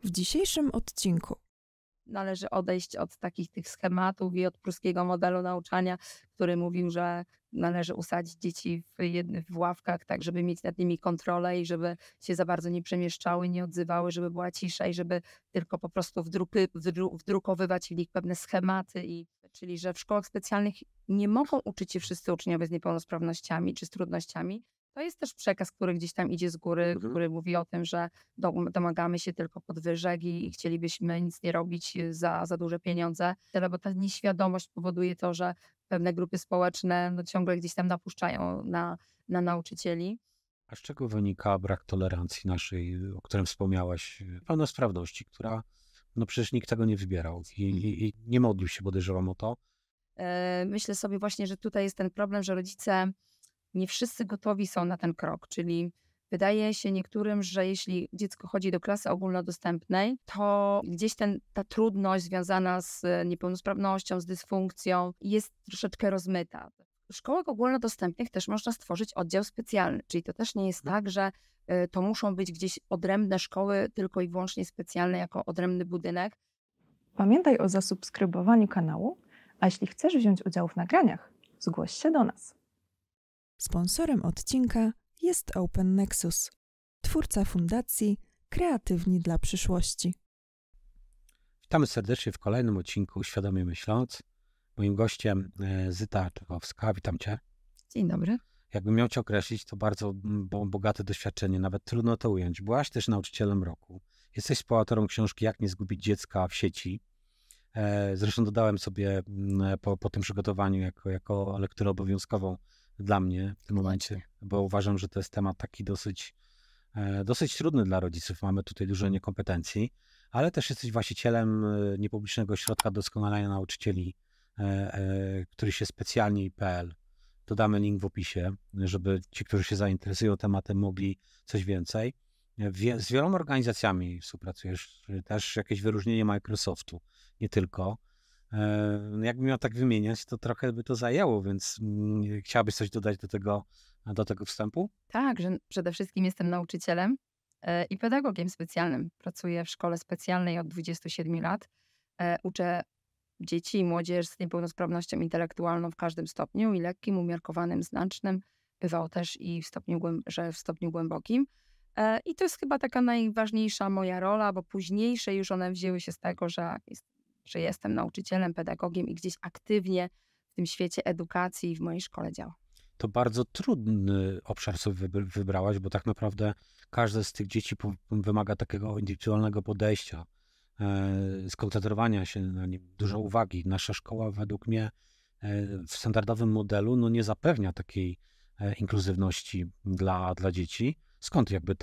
W dzisiejszym odcinku należy odejść od takich tych schematów i od pruskiego modelu nauczania, który mówił, że należy usadzić dzieci w ławkach, tak żeby mieć nad nimi kontrolę i żeby się za bardzo nie przemieszczały, nie odzywały, żeby była cisza i żeby tylko po prostu wdrukowywać w nich pewne schematy. Czyli że w szkołach specjalnych nie mogą uczyć się wszyscy uczniowie z niepełnosprawnościami czy z trudnościami. To jest też przekaz, który gdzieś tam idzie z góry, który mówi o tym, że domagamy się tylko podwyżek i chcielibyśmy nic nie robić za duże pieniądze. Bo ta nieświadomość powoduje to, że pewne grupy społeczne ciągle gdzieś tam napuszczają na nauczycieli. A z czego wynika brak tolerancji naszej, o którym wspomniałaś, pełnosprawności, która przecież nikt tego nie wybierał i nie modlił się, podejrzewam o to. Myślę sobie właśnie, że tutaj jest ten problem, że rodzice nie wszyscy gotowi są na ten krok, czyli wydaje się niektórym, że jeśli dziecko chodzi do klasy ogólnodostępnej, to gdzieś ta trudność związana z niepełnosprawnością, z dysfunkcją jest troszeczkę rozmyta. W szkołach ogólnodostępnych też można stworzyć oddział specjalny, czyli to też nie jest tak, że to muszą być gdzieś odrębne szkoły, tylko i wyłącznie specjalne jako odrębny budynek. Pamiętaj o zasubskrybowaniu kanału, a jeśli chcesz wziąć udział w nagraniach, zgłoś się do nas. Sponsorem odcinka jest Open Nexus, twórca fundacji Kreatywni dla przyszłości. Witamy serdecznie w kolejnym odcinku Świadomie Myśląc. Moim gościem Zyta Czechowska. Witam Cię. Dzień dobry. Jakbym miał Cię określić, to bardzo bogate doświadczenie, nawet trudno to ująć. Byłaś też nauczycielem roku. Jesteś współautorą książki Jak nie zgubić dziecka w sieci. Zresztą dodałem sobie po tym przygotowaniu jako lekturę obowiązkową dla mnie w tym momencie, bo uważam, że to jest temat taki dosyć trudny dla rodziców. Mamy tutaj dużo niekompetencji, ale też jesteś właścicielem niepublicznego ośrodka doskonalenia nauczycieli, który się specjalnie.pl. Dodamy link w opisie, żeby ci, którzy się zainteresują tematem, mogli coś więcej. Z wieloma organizacjami współpracujesz, też jakieś wyróżnienie Microsoftu, nie tylko. Jakbym miał tak wymieniać, to trochę by to zajęło, więc chciałabyś coś dodać do tego wstępu? Tak, że przede wszystkim jestem nauczycielem i pedagogiem specjalnym. Pracuję w szkole specjalnej od 27 lat. Uczę dzieci i młodzież z niepełnosprawnością intelektualną w każdym stopniu, i lekkim, umiarkowanym, znacznym. Bywało też i w stopniu głębokim. I to jest chyba taka najważniejsza moja rola, bo późniejsze już one wzięły się z tego, że jestem nauczycielem, pedagogiem i gdzieś aktywnie w tym świecie edukacji w mojej szkole działam. To bardzo trudny obszar sobie wybrałaś, bo tak naprawdę każde z tych dzieci wymaga takiego indywidualnego podejścia, skoncentrowania się na nim, dużo uwagi. Nasza szkoła według mnie w standardowym modelu nie zapewnia takiej inkluzywności dla dzieci. Skąd jakby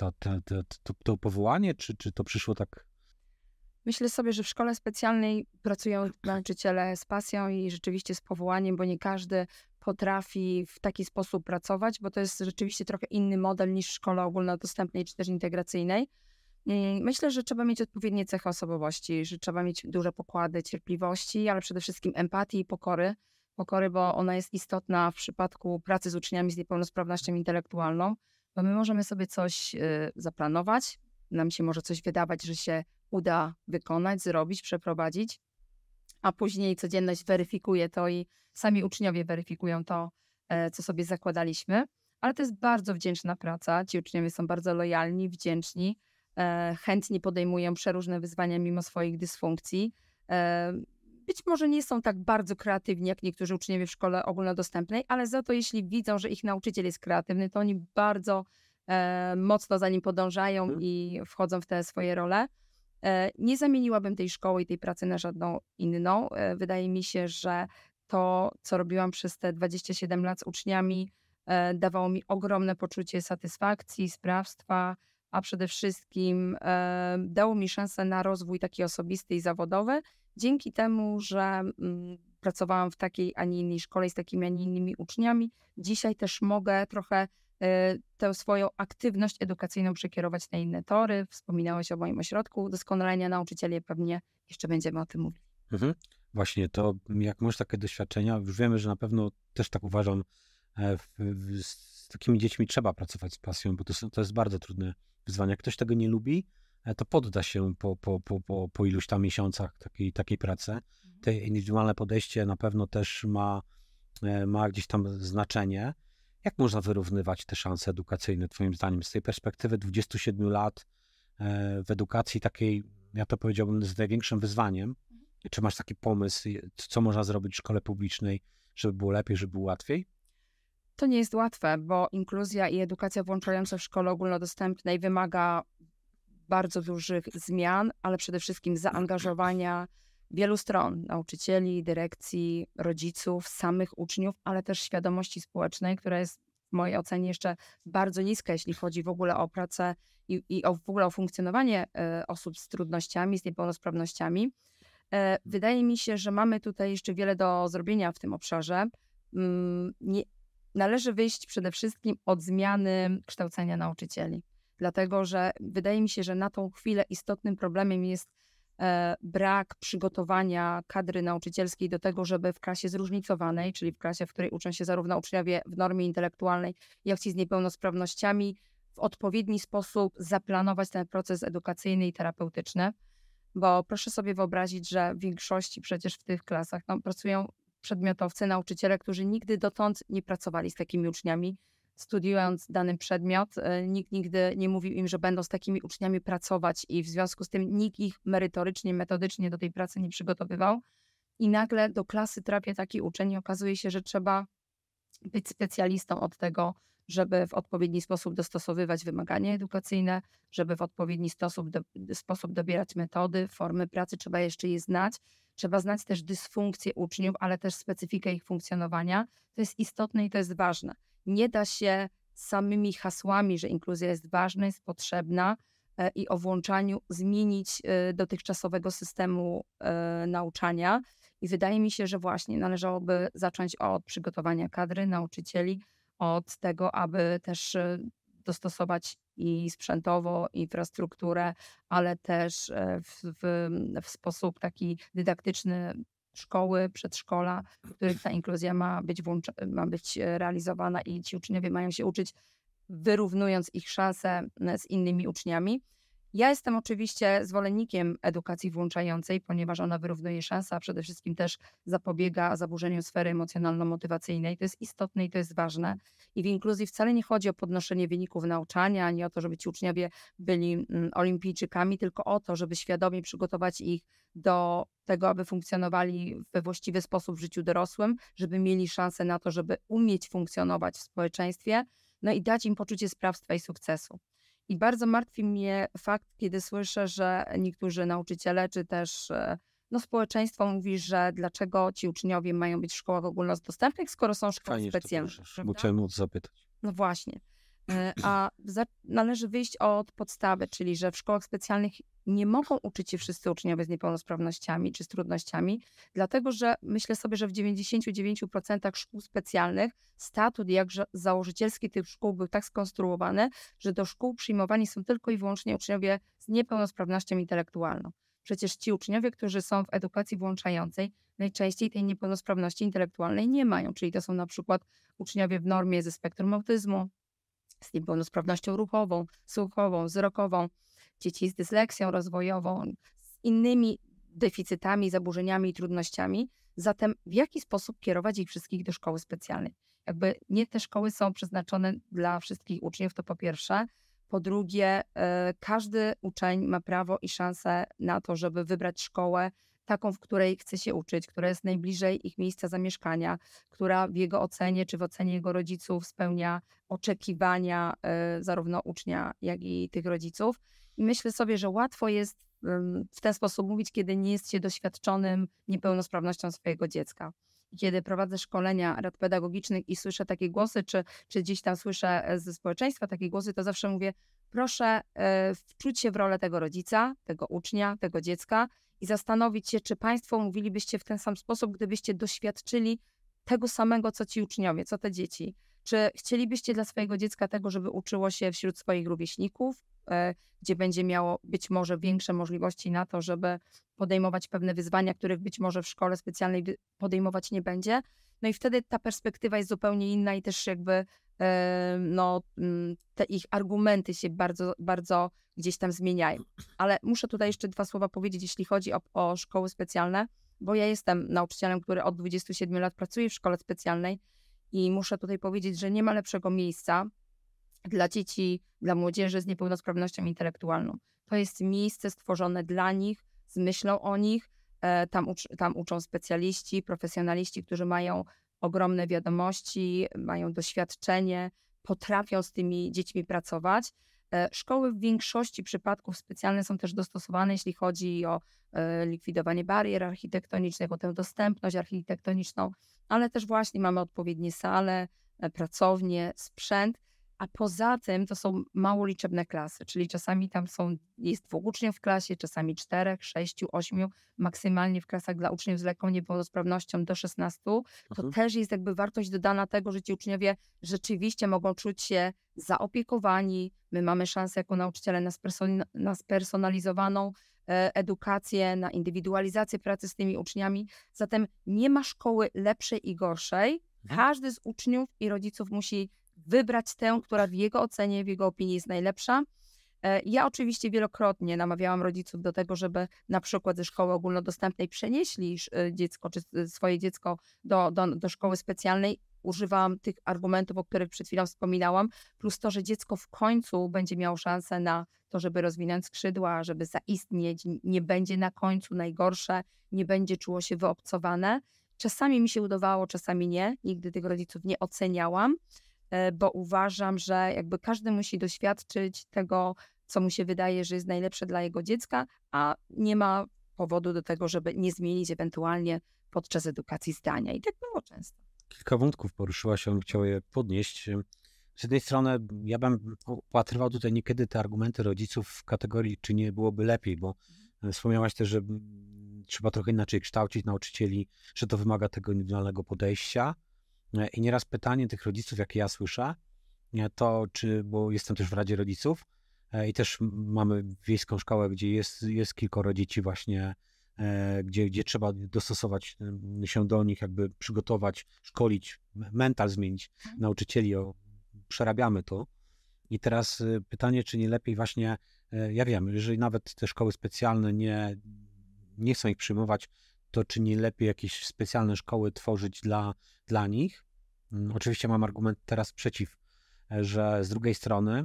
to powołanie, czy to przyszło tak? Myślę sobie, że w szkole specjalnej pracują nauczyciele z pasją i rzeczywiście z powołaniem, bo nie każdy potrafi w taki sposób pracować, bo to jest rzeczywiście trochę inny model niż w szkole ogólnodostępnej czy też integracyjnej. Myślę, że trzeba mieć odpowiednie cechy osobowości, że trzeba mieć duże pokłady cierpliwości, ale przede wszystkim empatii i pokory. Pokory, bo ona jest istotna w przypadku pracy z uczniami z niepełnosprawnością intelektualną, bo my możemy sobie coś zaplanować, nam się może coś wydawać, że się uda wykonać, zrobić, przeprowadzić, a później codzienność weryfikuje to i sami uczniowie weryfikują to, co sobie zakładaliśmy. Ale to jest bardzo wdzięczna praca. Ci uczniowie są bardzo lojalni, wdzięczni, chętnie podejmują przeróżne wyzwania mimo swoich dysfunkcji. Być może nie są tak bardzo kreatywni jak niektórzy uczniowie w szkole ogólnodostępnej, ale za to jeśli widzą, że ich nauczyciel jest kreatywny, to oni bardzo mocno za nim podążają i wchodzą w te swoje role. Nie zamieniłabym tej szkoły i tej pracy na żadną inną. Wydaje mi się, że to, co robiłam przez te 27 lat z uczniami, dawało mi ogromne poczucie satysfakcji, sprawstwa, a przede wszystkim dało mi szansę na rozwój taki osobisty i zawodowy, dzięki temu, że pracowałam w takiej, a nie innej szkole i z takimi, a nie innymi uczniami. Dzisiaj też mogę trochę tę swoją aktywność edukacyjną przekierować na inne tory. Wspominałeś o moim ośrodku doskonalenia nauczycieli, pewnie jeszcze będziemy o tym mówić. Właśnie, to jak masz takie doświadczenia, już wiemy, że na pewno też tak uważam, z takimi dziećmi trzeba pracować z pasją, bo to jest bardzo trudne wyzwanie. Jak ktoś tego nie lubi, to podda się po iluś tam miesiącach takiej pracy. To indywidualne podejście na pewno też ma gdzieś tam znaczenie. Jak można wyrównywać te szanse edukacyjne, twoim zdaniem, z tej perspektywy 27 lat w edukacji takiej, ja to powiedziałbym, z największym wyzwaniem? Czy masz taki pomysł, co można zrobić w szkole publicznej, żeby było lepiej, żeby było łatwiej? To nie jest łatwe, bo inkluzja i edukacja włączająca w szkole ogólnodostępnej wymaga bardzo dużych zmian, ale przede wszystkim zaangażowania wielu stron, nauczycieli, dyrekcji, rodziców, samych uczniów, ale też świadomości społecznej, która jest w mojej ocenie jeszcze bardzo niska, jeśli chodzi w ogóle o pracę i w ogóle o funkcjonowanie osób z trudnościami, z niepełnosprawnościami. Wydaje mi się, że mamy tutaj jeszcze wiele do zrobienia w tym obszarze. Należy wyjść przede wszystkim od zmiany kształcenia nauczycieli. Dlatego, że wydaje mi się, że na tą chwilę istotnym problemem jest brak przygotowania kadry nauczycielskiej do tego, żeby w klasie zróżnicowanej, czyli w klasie, w której uczą się zarówno uczniowie w normie intelektualnej, jak i z niepełnosprawnościami, w odpowiedni sposób zaplanować ten proces edukacyjny i terapeutyczny. Bo proszę sobie wyobrazić, że w większości przecież w tych klasach pracują przedmiotowcy, nauczyciele, którzy nigdy dotąd nie pracowali z takimi uczniami, studiując dany przedmiot. Nikt nigdy nie mówił im, że będą z takimi uczniami pracować i w związku z tym nikt ich merytorycznie, metodycznie do tej pracy nie przygotowywał. I nagle do klasy trafia taki uczeń i okazuje się, że trzeba być specjalistą od tego, żeby w odpowiedni sposób dostosowywać wymagania edukacyjne, żeby w odpowiedni sposób dobierać metody, formy pracy, trzeba jeszcze je znać. Trzeba znać też dysfunkcje uczniów, ale też specyfikę ich funkcjonowania. To jest istotne i to jest ważne. Nie da się samymi hasłami, że inkluzja jest ważna, jest potrzebna i o włączaniu zmienić dotychczasowego systemu nauczania. I wydaje mi się, że właśnie należałoby zacząć od przygotowania kadry nauczycieli, od tego, aby też dostosować i sprzętowo infrastrukturę, ale też w sposób taki dydaktyczny szkoły, przedszkola, w których ta inkluzja ma być realizowana i ci uczniowie mają się uczyć, wyrównując ich szanse z innymi uczniami. Ja jestem oczywiście zwolennikiem edukacji włączającej, ponieważ ona wyrównuje szanse, a przede wszystkim też zapobiega zaburzeniu sfery emocjonalno-motywacyjnej. To jest istotne i to jest ważne. I w inkluzji wcale nie chodzi o podnoszenie wyników nauczania, ani o to, żeby ci uczniowie byli olimpijczykami, tylko o to, żeby świadomie przygotować ich do tego, aby funkcjonowali we właściwy sposób w życiu dorosłym, żeby mieli szansę na to, żeby umieć funkcjonować w społeczeństwie, no i dać im poczucie sprawstwa i sukcesu. I bardzo martwi mnie fakt, kiedy słyszę, że niektórzy nauczyciele, czy też społeczeństwo mówi, że dlaczego ci uczniowie mają być w szkołach ogólnodostępnych, skoro są szkoły specjalne. Bo chciałem móc zapytać. No właśnie. Należy wyjść od podstawy, czyli że w szkołach specjalnych nie mogą uczyć się wszyscy uczniowie z niepełnosprawnościami czy z trudnościami, dlatego że myślę sobie, że w 99% szkół specjalnych statut jak założycielski tych szkół był tak skonstruowany, że do szkół przyjmowani są tylko i wyłącznie uczniowie z niepełnosprawnością intelektualną. Przecież ci uczniowie, którzy są w edukacji włączającej, najczęściej tej niepełnosprawności intelektualnej nie mają, czyli to są na przykład uczniowie w normie ze spektrum autyzmu, z niepełnosprawnością ruchową, słuchową, wzrokową, dzieci z dysleksją rozwojową, z innymi deficytami, zaburzeniami i trudnościami. Zatem w jaki sposób kierować ich wszystkich do szkoły specjalnej? Jakby nie te szkoły są przeznaczone dla wszystkich uczniów, to po pierwsze. Po drugie, każdy uczeń ma prawo i szansę na to, żeby wybrać szkołę taką, w której chce się uczyć, która jest najbliżej ich miejsca zamieszkania, która w jego ocenie czy w ocenie jego rodziców spełnia oczekiwania zarówno ucznia, jak i tych rodziców. I myślę sobie, że łatwo jest w ten sposób mówić, kiedy nie jest się doświadczonym niepełnosprawnością swojego dziecka. I kiedy prowadzę szkolenia rad pedagogicznych i słyszę takie głosy, czy gdzieś tam słyszę ze społeczeństwa takie głosy, to zawsze mówię, proszę wczuć się w rolę tego rodzica, tego ucznia, tego dziecka i zastanowić się, czy państwo mówilibyście w ten sam sposób, gdybyście doświadczyli tego samego, co ci uczniowie, co te dzieci. Czy chcielibyście dla swojego dziecka tego, żeby uczyło się wśród swoich rówieśników, gdzie będzie miało być może większe możliwości na to, żeby podejmować pewne wyzwania, których być może w szkole specjalnej podejmować nie będzie. No i wtedy ta perspektywa jest zupełnie inna i też jakby te ich argumenty się bardzo, bardzo gdzieś tam zmieniają. Ale muszę tutaj jeszcze 2 słowa powiedzieć, jeśli chodzi o szkoły specjalne, bo ja jestem nauczycielem, który od 27 lat pracuje w szkole specjalnej i muszę tutaj powiedzieć, że nie ma lepszego miejsca dla dzieci, dla młodzieży z niepełnosprawnością intelektualną. To jest miejsce stworzone dla nich, z myślą o nich. Tam uczą specjaliści, profesjonaliści, którzy mają ogromne wiadomości, mają doświadczenie, potrafią z tymi dziećmi pracować. Szkoły w większości przypadków specjalne są też dostosowane, jeśli chodzi o likwidowanie barier architektonicznych, o tę dostępność architektoniczną, ale też właśnie mamy odpowiednie sale, pracownie, sprzęt, a poza tym to są mało liczebne klasy, czyli czasami tam jest 2 uczniów w klasie, czasami 4, 6, 8, maksymalnie w klasach dla uczniów z lekką niepełnosprawnością do 16. To też jest jakby wartość dodana tego, że ci uczniowie rzeczywiście mogą czuć się zaopiekowani. My mamy szansę jako nauczyciele na spersonalizowaną edukację, na indywidualizację pracy z tymi uczniami. Zatem nie ma szkoły lepszej i gorszej. Każdy z uczniów i rodziców musi wybrać tę, która w jego ocenie, w jego opinii jest najlepsza. Ja oczywiście wielokrotnie namawiałam rodziców do tego, żeby na przykład ze szkoły ogólnodostępnej przenieśli dziecko, czy swoje dziecko do szkoły specjalnej. Używałam tych argumentów, o których przed chwilą wspominałam, plus to, że dziecko w końcu będzie miało szansę na to, żeby rozwinąć skrzydła, żeby zaistnieć, nie będzie na końcu najgorsze, nie będzie czuło się wyobcowane. Czasami mi się udawało, czasami nie. Nigdy tych rodziców nie oceniałam, bo uważam, że jakby każdy musi doświadczyć tego, co mu się wydaje, że jest najlepsze dla jego dziecka, a nie ma powodu do tego, żeby nie zmienić ewentualnie podczas edukacji zdania. I tak było często. Kilka wątków poruszyłaś, on chciał je podnieść. Z jednej strony ja bym upatrywał tutaj niekiedy te argumenty rodziców w kategorii, czy nie byłoby lepiej, bo wspomniałaś też, że trzeba trochę inaczej kształcić nauczycieli, że to wymaga tego indywidualnego podejścia. I nieraz pytanie tych rodziców, jakie ja słyszę, to bo jestem też w Radzie Rodziców i też mamy wiejską szkołę, gdzie jest kilkoro dzieci właśnie, gdzie trzeba dostosować się do nich, jakby przygotować, szkolić, mental zmienić nauczycieli, przerabiamy to. I teraz pytanie, czy nie lepiej właśnie, ja wiem, jeżeli nawet te szkoły specjalne nie chcą ich przyjmować, to czy nie lepiej jakieś specjalne szkoły tworzyć dla nich? Oczywiście mam argument teraz przeciw, że z drugiej strony,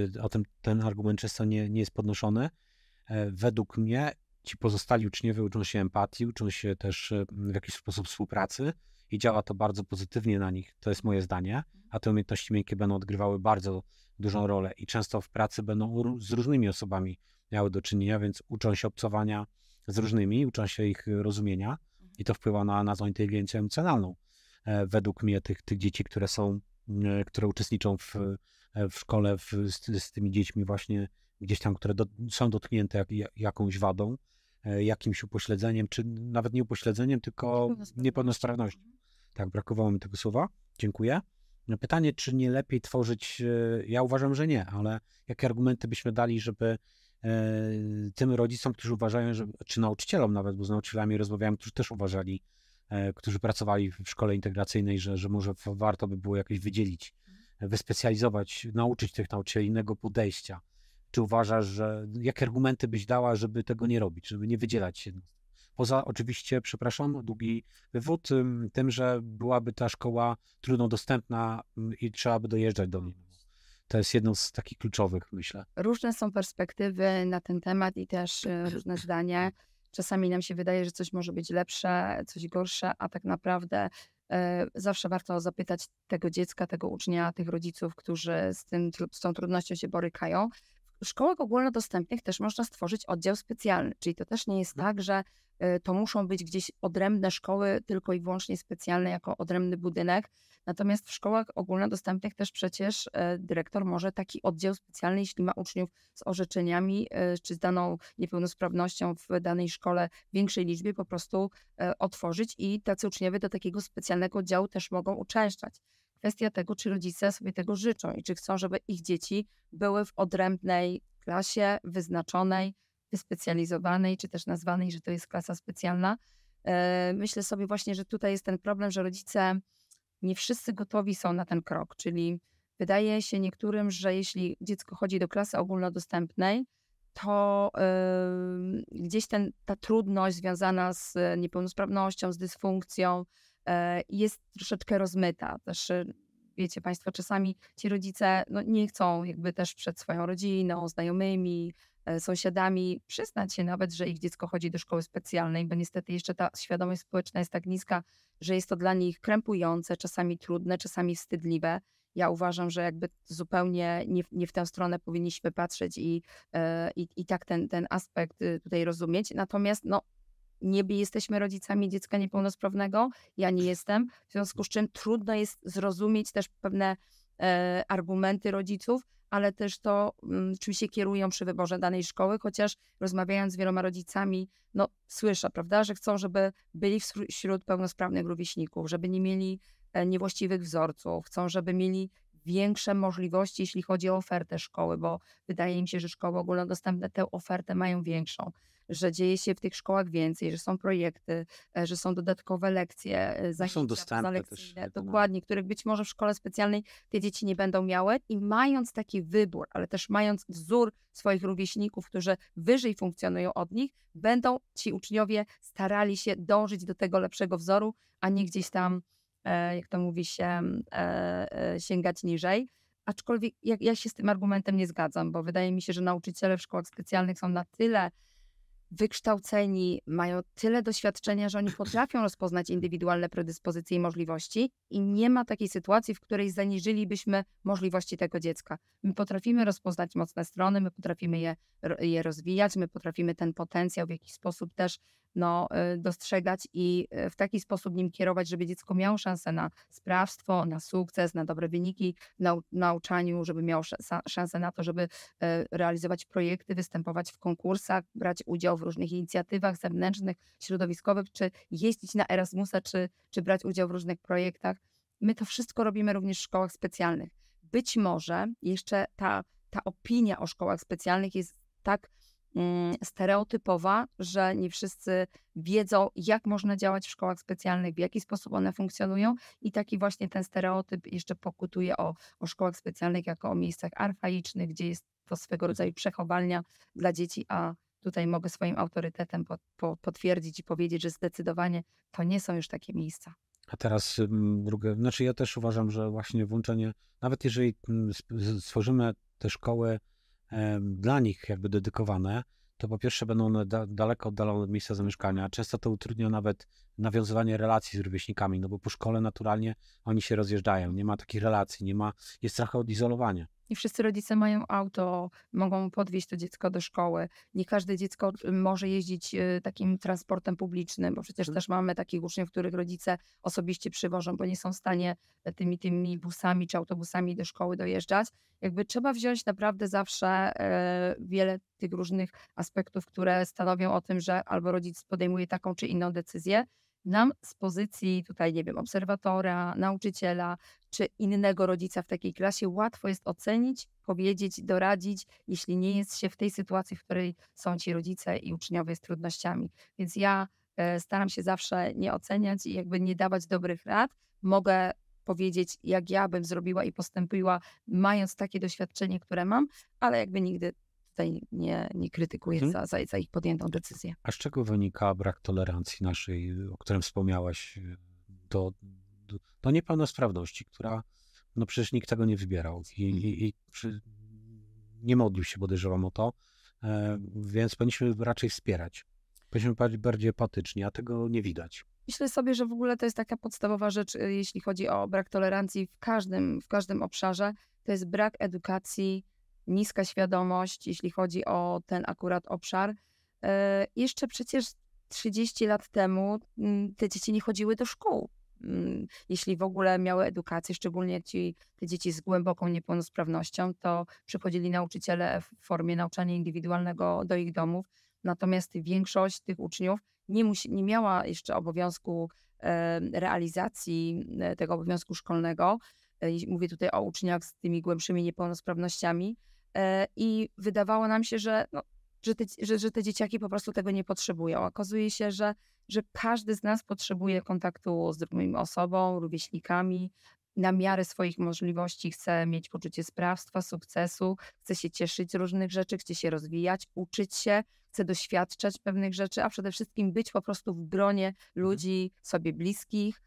ten argument często nie jest podnoszony. Według mnie ci pozostali uczniowie uczą się empatii, uczą się też w jakiś sposób współpracy i działa to bardzo pozytywnie na nich, to jest moje zdanie, a te umiejętności miękkie będą odgrywały bardzo dużą rolę i często w pracy będą z różnymi osobami miały do czynienia, więc uczą się obcowania z różnymi, uczą się ich rozumienia i to wpływa na tą inteligencję emocjonalną. Według mnie tych dzieci, które uczestniczą w szkole z tymi dziećmi właśnie gdzieś tam, które są dotknięte jakąś wadą, jakimś upośledzeniem, czy nawet nie upośledzeniem, tylko niepełnosprawnością. Tak, brakowało mi tego słowa. Dziękuję. Pytanie, czy nie lepiej tworzyć, ja uważam, że nie, ale jakie argumenty byśmy dali, żeby tym rodzicom, którzy uważają, czy nauczycielom nawet, bo z nauczycielami rozmawiałem, którzy też uważali, którzy pracowali w szkole integracyjnej, że może warto by było jakieś wydzielić, wyspecjalizować, nauczyć tych nauczycieli innego podejścia. Czy uważasz, jakie argumenty byś dała, żeby tego nie robić, żeby nie wydzielać się? Poza oczywiście, przepraszam, długi wywód, tym, że byłaby ta szkoła trudno dostępna i trzeba by dojeżdżać do niej. To jest jedno z takich kluczowych, myślę. Różne są perspektywy na ten temat i też różne zdania. Czasami nam się wydaje, że coś może być lepsze, coś gorsze, a tak naprawdę zawsze warto zapytać tego dziecka, tego ucznia, tych rodziców, którzy z tą trudnością się borykają. W szkołach ogólnodostępnych też można stworzyć oddział specjalny, czyli to też nie jest tak, że to muszą być gdzieś odrębne szkoły, tylko i wyłącznie specjalne jako odrębny budynek. Natomiast w szkołach ogólnodostępnych też przecież dyrektor może taki oddział specjalny, jeśli ma uczniów z orzeczeniami czy z daną niepełnosprawnością w danej szkole w większej liczbie, po prostu otworzyć i tacy uczniowie do takiego specjalnego oddziału też mogą uczęszczać. Kwestia tego, czy rodzice sobie tego życzą i czy chcą, żeby ich dzieci były w odrębnej klasie wyznaczonej, wyspecjalizowanej, czy też nazwanej, że to jest klasa specjalna. Myślę sobie właśnie, że tutaj jest ten problem, że rodzice nie wszyscy gotowi są na ten krok, czyli wydaje się niektórym, że jeśli dziecko chodzi do klasy ogólnodostępnej, to gdzieś ta trudność związana z niepełnosprawnością, z dysfunkcją jest troszeczkę rozmyta. Też wiecie Państwo, czasami ci rodzice nie chcą jakby też przed swoją rodziną, znajomymi, sąsiadami przyznać się nawet, że ich dziecko chodzi do szkoły specjalnej, bo niestety jeszcze ta świadomość społeczna jest tak niska, że jest to dla nich krępujące, czasami trudne, czasami wstydliwe. Ja uważam, że jakby zupełnie nie w tę stronę powinniśmy patrzeć i tak ten aspekt tutaj rozumieć. Natomiast nie jesteśmy rodzicami dziecka niepełnosprawnego, ja nie jestem, w związku z czym trudno jest zrozumieć też pewne argumenty rodziców, ale też to, czym się kierują przy wyborze danej szkoły, chociaż rozmawiając z wieloma rodzicami, słyszę, prawda, że chcą, żeby byli wśród pełnosprawnych rówieśników, żeby nie mieli niewłaściwych wzorców, chcą, żeby mieli większe możliwości, jeśli chodzi o ofertę szkoły, bo wydaje mi się, że szkoły ogólnodostępne tę ofertę mają większą, że dzieje się w tych szkołach więcej, że są projekty, że są dodatkowe lekcje, zajęcia są dostępne też, też. dokładnie, których być może w szkole specjalnej te dzieci nie będą miały i mając taki wybór, ale też mając wzór swoich rówieśników, którzy wyżej funkcjonują od nich, będą ci uczniowie starali się dążyć do tego lepszego wzoru, a nie gdzieś tam, jak to mówi się, sięgać niżej. Aczkolwiek ja się z tym argumentem nie zgadzam, bo wydaje mi się, że nauczyciele w szkołach specjalnych są na tyle wykształceni, mają tyle doświadczenia, że oni potrafią rozpoznać indywidualne predyspozycje i możliwości i nie ma takiej sytuacji, w której zaniżylibyśmy możliwości tego dziecka. My potrafimy rozpoznać mocne strony, my potrafimy je rozwijać, my potrafimy ten potencjał w jakiś sposób też dostrzegać i w taki sposób nim kierować, żeby dziecko miało szansę na sprawstwo, na sukces, na dobre wyniki w nauczaniu, żeby miało szansę na to, żeby realizować projekty, występować w konkursach, brać udział w różnych inicjatywach zewnętrznych, środowiskowych, czy jeździć na Erasmusa, czy brać udział w różnych projektach. My to wszystko robimy również w szkołach specjalnych. Być może jeszcze ta opinia o szkołach specjalnych jest tak stereotypowa, że nie wszyscy wiedzą, jak można działać w szkołach specjalnych, w jaki sposób one funkcjonują i taki właśnie ten stereotyp jeszcze pokutuje o szkołach specjalnych jako o miejscach archaicznych, gdzie jest to swego rodzaju przechowalnia dla dzieci, a tutaj mogę swoim autorytetem potwierdzić i powiedzieć, że zdecydowanie to nie są już takie miejsca. A teraz drugie, ja też uważam, że właśnie włączenie, nawet jeżeli stworzymy te szkoły dla nich jakby dedykowane, to po pierwsze będą one daleko oddalone od miejsca zamieszkania. Często to utrudnia nawet nawiązywanie relacji z rówieśnikami, bo po szkole naturalnie oni się rozjeżdżają, nie ma takich relacji, jest trochę odizolowania. Nie wszyscy rodzice mają auto, mogą podwieźć to dziecko do szkoły. Nie każde dziecko może jeździć takim transportem publicznym, bo przecież też mamy takich uczniów, których rodzice osobiście przywożą, bo nie są w stanie tymi busami czy autobusami do szkoły dojeżdżać. Jakby trzeba wziąć naprawdę zawsze wiele tych różnych aspektów, które stanowią o tym, że albo rodzic podejmuje taką czy inną decyzję. Nam z pozycji tutaj, nie wiem, obserwatora, nauczyciela czy innego rodzica w takiej klasie łatwo jest ocenić, powiedzieć, doradzić, jeśli nie jest się w tej sytuacji, w której są ci rodzice i uczniowie z trudnościami. Więc ja staram się zawsze nie oceniać i jakby nie dawać dobrych rad. Mogę powiedzieć, jak ja bym zrobiła i postąpiła, mając takie doświadczenie, które mam, ale jakby nigdy tutaj nie krytykuję za ich podjętą decyzję. A z czego wynika brak tolerancji naszej, o którym wspomniałaś, do niepełnosprawności, która, przecież nikt tego nie wybierał i nie modlił się, podejrzewam o to, więc powinniśmy raczej wspierać. Powinniśmy być bardziej empatyczni, a tego nie widać. Myślę sobie, że w ogóle to jest taka podstawowa rzecz, jeśli chodzi o brak tolerancji w każdym obszarze, to jest brak edukacji, niska świadomość, jeśli chodzi o ten akurat obszar. Jeszcze przecież 30 lat temu te dzieci nie chodziły do szkół. Jeśli w ogóle miały edukację, szczególnie te dzieci z głęboką niepełnosprawnością, to przychodzili nauczyciele w formie nauczania indywidualnego do ich domów. Natomiast większość tych uczniów nie miała jeszcze obowiązku realizacji tego obowiązku szkolnego. Mówię tutaj o uczniach z tymi głębszymi niepełnosprawnościami. i wydawało nam się, że te dzieciaki po prostu tego nie potrzebują. Okazuje się, że każdy z nas potrzebuje kontaktu z drugą osobą, rówieśnikami, na miarę swoich możliwości chce mieć poczucie sprawstwa, sukcesu, chce się cieszyć z różnych rzeczy, chce się rozwijać, uczyć się, chce doświadczać pewnych rzeczy, a przede wszystkim być po prostu w gronie ludzi sobie bliskich.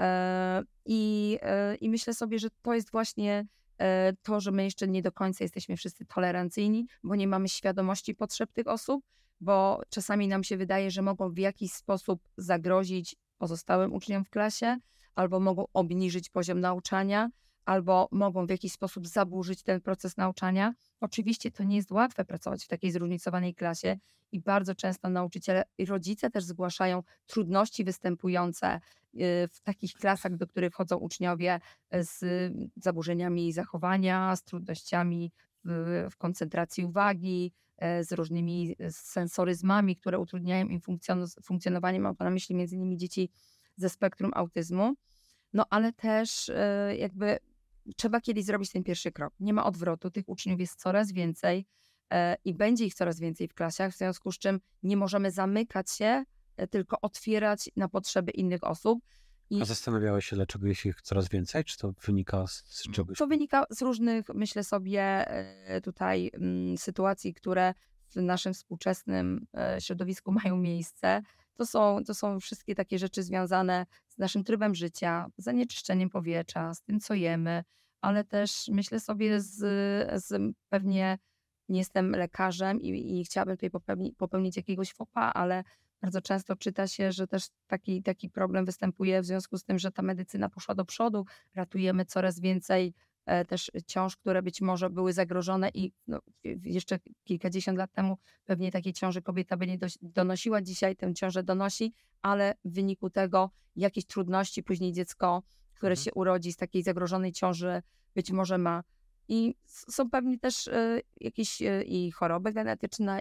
I myślę sobie, że to jest właśnie to, że my jeszcze nie do końca jesteśmy wszyscy tolerancyjni, bo nie mamy świadomości potrzeb tych osób, bo czasami nam się wydaje, że mogą w jakiś sposób zagrozić pozostałym uczniom w klasie, albo mogą obniżyć poziom nauczania, albo mogą w jakiś sposób zaburzyć ten proces nauczania. Oczywiście to nie jest łatwe pracować w takiej zróżnicowanej klasie i bardzo często nauczyciele i rodzice też zgłaszają trudności występujące w takich klasach, do których wchodzą uczniowie z zaburzeniami zachowania, z trudnościami w koncentracji uwagi, z różnymi sensoryzmami, które utrudniają im funkcjonowanie. Mam na myśli między innymi dzieci ze spektrum autyzmu. No ale też jakby trzeba kiedyś zrobić ten pierwszy krok. Nie ma odwrotu, tych uczniów jest coraz więcej i będzie ich coraz więcej w klasach, w związku z czym nie możemy zamykać się, tylko otwierać na potrzeby innych osób. A zastanawiałeś się, dlaczego jest ich coraz więcej? Czy to wynika z czegoś? To wynika z różnych, myślę sobie, tutaj sytuacji, które w naszym współczesnym środowisku mają miejsce. To są wszystkie takie rzeczy związane z naszym trybem życia, zanieczyszczeniem powietrza, z tym, co jemy, ale też myślę sobie pewnie nie jestem lekarzem i chciałabym tutaj popełnić jakiegoś faux pas, ale bardzo często czyta się, że też taki problem występuje w związku z tym, że ta medycyna poszła do przodu, ratujemy coraz więcej też ciąż, które być może były zagrożone i jeszcze kilkadziesiąt lat temu pewnie takiej ciąży kobieta by nie donosiła, dzisiaj tę ciążę donosi, ale w wyniku tego jakieś trudności później dziecko, które się urodzi z takiej zagrożonej ciąży być może ma. I są pewnie też jakieś i choroby genetyczne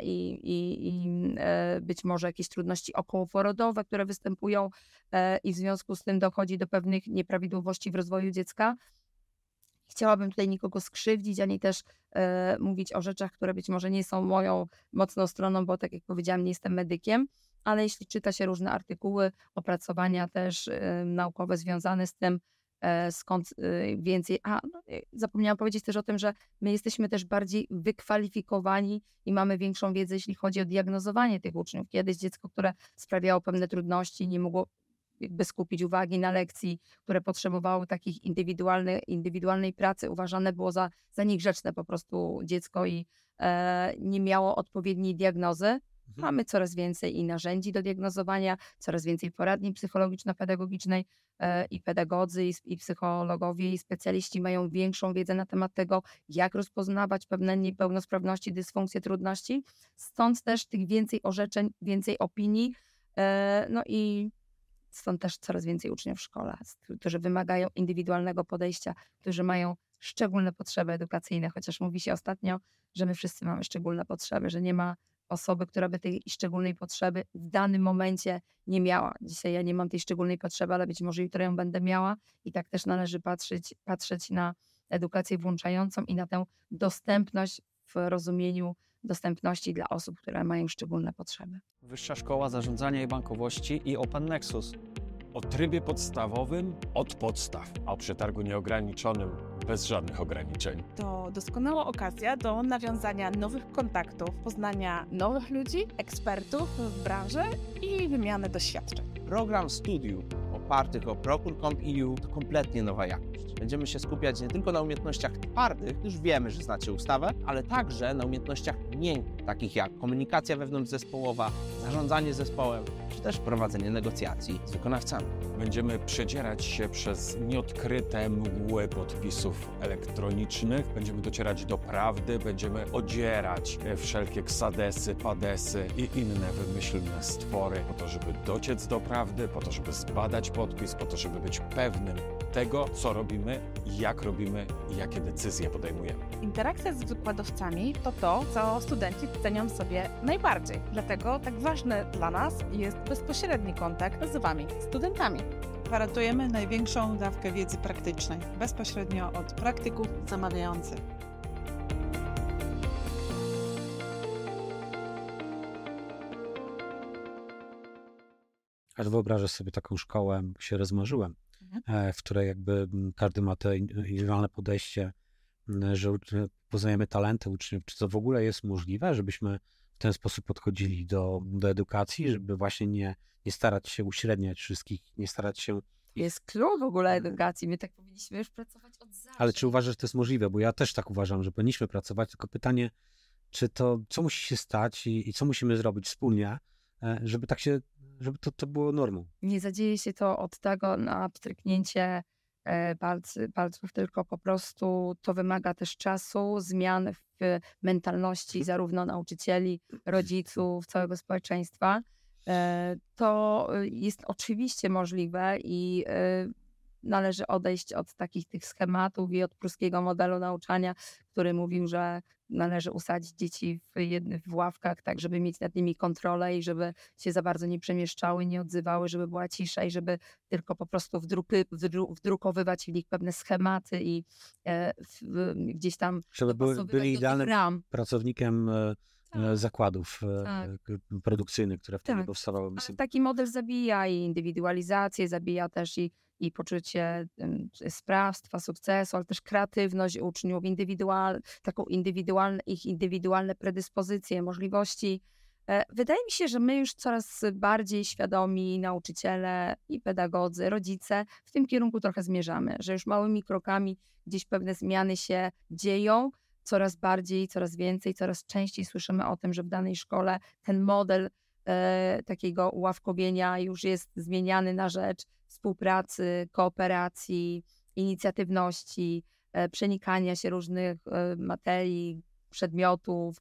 i być może jakieś trudności okołoporodowe, które występują i w związku z tym dochodzi do pewnych nieprawidłowości w rozwoju dziecka. Chciałabym tutaj nikogo skrzywdzić, ani też mówić o rzeczach, które być może nie są moją mocną stroną, bo tak jak powiedziałam, nie jestem medykiem, ale jeśli czyta się różne artykuły, opracowania też naukowe związane z tym, skąd więcej. Zapomniałam powiedzieć też o tym, że my jesteśmy też bardziej wykwalifikowani i mamy większą wiedzę, jeśli chodzi o diagnozowanie tych uczniów. Kiedyś dziecko, które sprawiało pewne trudności, nie mogło jakby skupić uwagi na lekcji, które potrzebowały takich indywidualnej pracy, uważane było za niegrzeczne po prostu dziecko i nie miało odpowiedniej diagnozy. Mamy coraz więcej i narzędzi do diagnozowania, coraz więcej poradni psychologiczno-pedagogicznej i pedagodzy, i psychologowie, i specjaliści mają większą wiedzę na temat tego, jak rozpoznawać pewne niepełnosprawności, dysfunkcje, trudności. Stąd też tych więcej orzeczeń, więcej opinii, no i stąd też coraz więcej uczniów w szkole, którzy wymagają indywidualnego podejścia, którzy mają szczególne potrzeby edukacyjne, chociaż mówi się ostatnio, że my wszyscy mamy szczególne potrzeby, że nie ma osoby, która by tej szczególnej potrzeby w danym momencie nie miała. Dzisiaj ja nie mam tej szczególnej potrzeby, ale być może jutro ją będę miała i tak też należy patrzeć na edukację włączającą i na tę dostępność w rozumieniu dostępności dla osób, które mają szczególne potrzeby. Wyższa Szkoła Zarządzania i Bankowości i Open Nexus. O trybie podstawowym od podstaw, a o przetargu nieograniczonym bez żadnych ograniczeń. To doskonała okazja do nawiązania nowych kontaktów, poznania nowych ludzi, ekspertów w branży i wymiany doświadczeń. Program studiów opartych o Procure.com.eu to kompletnie nowa jakość. Będziemy się skupiać nie tylko na umiejętnościach twardych, już wiemy, że znacie ustawę, ale także na umiejętnościach miękkich, takich jak komunikacja wewnątrzzespołowa, zarządzanie zespołem, czy też prowadzenie negocjacji z wykonawcami. Będziemy przedzierać się przez nieodkryte mgły podpisów elektronicznych, będziemy docierać do prawdy, będziemy odzierać wszelkie ksadesy, padesy i inne wymyślne stwory po to, żeby dociec do prawdy, po to, żeby zbadać podpis, po to, żeby być pewnym tego, co robimy, jak robimy i jakie decyzje podejmujemy. Interakcja z wykładowcami to to, co studenci cenią sobie najbardziej. Dlatego tak ważny dla nas jest bezpośredni kontakt z Wami, studentami. Gwarantujemy największą dawkę wiedzy praktycznej, bezpośrednio od praktyków zamawiających. Ale wyobrażasz sobie taką szkołę, się rozmarzyłem, w której jakby każdy ma to indywidualne podejście, że poznajemy talenty uczniów. Czy to w ogóle jest możliwe, żebyśmy w ten sposób podchodzili do edukacji, żeby właśnie nie starać się uśredniać wszystkich, nie starać się... Jest klucz w ogóle edukacji. My tak powinniśmy już pracować od zawsze. Ale czy uważasz, że to jest możliwe? Bo ja też tak uważam, że powinniśmy pracować, tylko pytanie, co musi się stać i co musimy zrobić wspólnie, żeby żeby to było normą. Nie zadzieje się to od tego na pstryknięcie palców, tylko po prostu to wymaga też czasu, zmian w mentalności zarówno nauczycieli, rodziców, całego społeczeństwa. To jest oczywiście możliwe i należy odejść od takich tych schematów i od pruskiego modelu nauczania, który mówił, że należy usadzić dzieci w ławkach, tak żeby mieć nad nimi kontrolę i żeby się za bardzo nie przemieszczały, nie odzywały, żeby była cisza i żeby tylko po prostu wdrukowywać w nich pewne schematy i gdzieś tam żeby byli idealnym pracownikiem zakładów produkcyjnych, które wtedy powstawały. Taki model zabija i indywidualizację, zabija też i poczucie sprawstwa, sukcesu, ale też kreatywność uczniów, ich indywidualne predyspozycje, możliwości. Wydaje mi się, że my już coraz bardziej świadomi nauczyciele i pedagodzy, rodzice w tym kierunku trochę zmierzamy, że już małymi krokami gdzieś pewne zmiany się dzieją, coraz bardziej, coraz więcej, coraz częściej słyszymy o tym, że w danej szkole ten model takiego uławkowienia już jest zmieniany na rzecz współpracy, kooperacji, inicjatywności, przenikania się różnych materii, przedmiotów,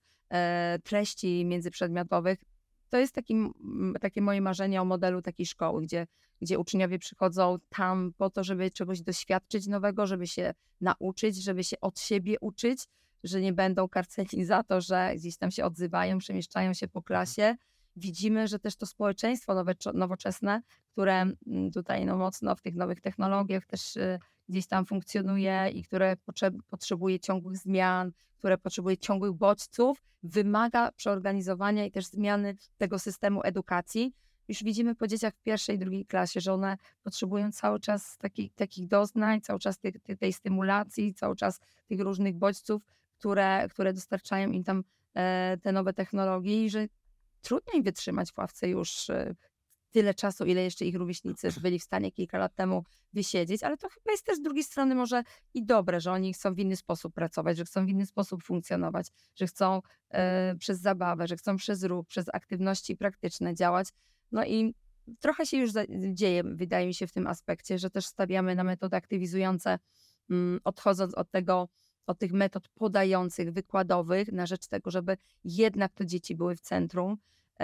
treści międzyprzedmiotowych. To jest takie moje marzenie o modelu takiej szkoły, gdzie uczniowie przychodzą tam po to, żeby czegoś doświadczyć nowego, żeby się nauczyć, żeby się od siebie uczyć, że nie będą karceni za to, że gdzieś tam się odzywają, przemieszczają się po klasie. Widzimy, że też to społeczeństwo nowoczesne, które tutaj mocno w tych nowych technologiach też gdzieś tam funkcjonuje i które potrzebuje ciągłych zmian, które potrzebuje ciągłych bodźców, wymaga przeorganizowania i też zmiany tego systemu edukacji. Już widzimy po dzieciach w pierwszej i drugiej klasie, że one potrzebują cały czas takich doznań, cały czas tej stymulacji, cały czas tych różnych bodźców, które dostarczają im tam te nowe technologie i że trudno im wytrzymać w ławce już tyle czasu, ile jeszcze ich rówieśnicy byli w stanie kilka lat temu wysiedzieć, ale to chyba jest też z drugiej strony może i dobre, że oni chcą w inny sposób pracować, że chcą w inny sposób funkcjonować, że chcą przez zabawę, że chcą przez ruch, przez aktywności praktyczne działać. No i trochę się już dzieje, wydaje mi się, w tym aspekcie, że też stawiamy na metody aktywizujące, odchodząc od tych metod podających, wykładowych, na rzecz tego, żeby jednak to dzieci były w centrum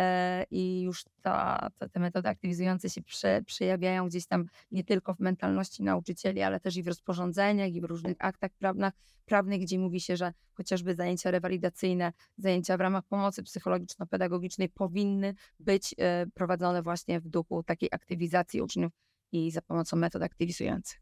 i już te metody aktywizujące się przejawiają gdzieś tam nie tylko w mentalności nauczycieli, ale też i w rozporządzeniach i w różnych aktach prawnych, gdzie mówi się, że chociażby zajęcia rewalidacyjne, zajęcia w ramach pomocy psychologiczno-pedagogicznej powinny być prowadzone właśnie w duchu takiej aktywizacji uczniów i za pomocą metod aktywizujących.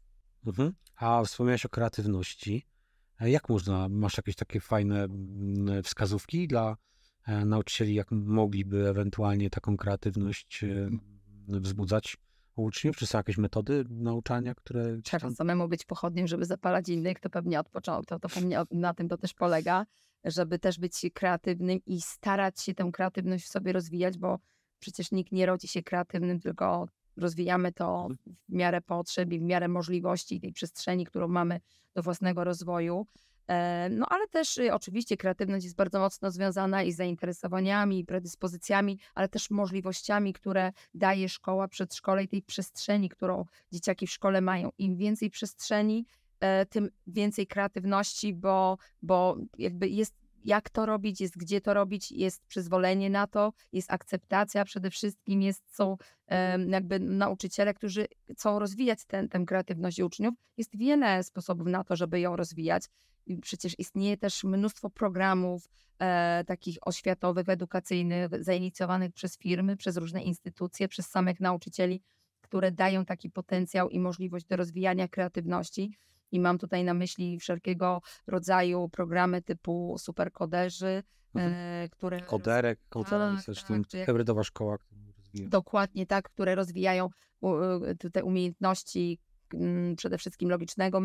A wspomniałeś o kreatywności. Jak masz jakieś takie fajne wskazówki dla nauczycieli, jak mogliby ewentualnie taką kreatywność wzbudzać u uczniów? Czy są jakieś metody nauczania, które... Trzeba samemu być pochodniem, żeby zapalać innych, to pewnie od początku, to pewnie na tym to też polega, żeby też być kreatywnym i starać się tę kreatywność w sobie rozwijać, bo przecież nikt nie rodzi się kreatywnym, tylko rozwijamy to w miarę potrzeb i w miarę możliwości tej przestrzeni, którą mamy do własnego rozwoju. No ale też oczywiście kreatywność jest bardzo mocno związana i z zainteresowaniami, i predyspozycjami, ale też możliwościami, które daje szkoła, przedszkole i tej przestrzeni, którą dzieciaki w szkole mają. Im więcej przestrzeni, tym więcej kreatywności, bo jakby jest jak to robić, jest gdzie to robić, jest przyzwolenie na to, jest akceptacja przede wszystkim, są jakby nauczyciele, którzy chcą rozwijać tę kreatywność uczniów. Jest wiele sposobów na to, żeby ją rozwijać. I przecież istnieje też mnóstwo programów takich oświatowych, edukacyjnych, zainicjowanych przez firmy, przez różne instytucje, przez samych nauczycieli, które dają taki potencjał i możliwość do rozwijania kreatywności. I mam tutaj na myśli wszelkiego rodzaju programy typu Superkoderzy, które... Koderek, zresztą hybrydowa szkoła. Dokładnie tak, które rozwijają te umiejętności przede wszystkim logicznego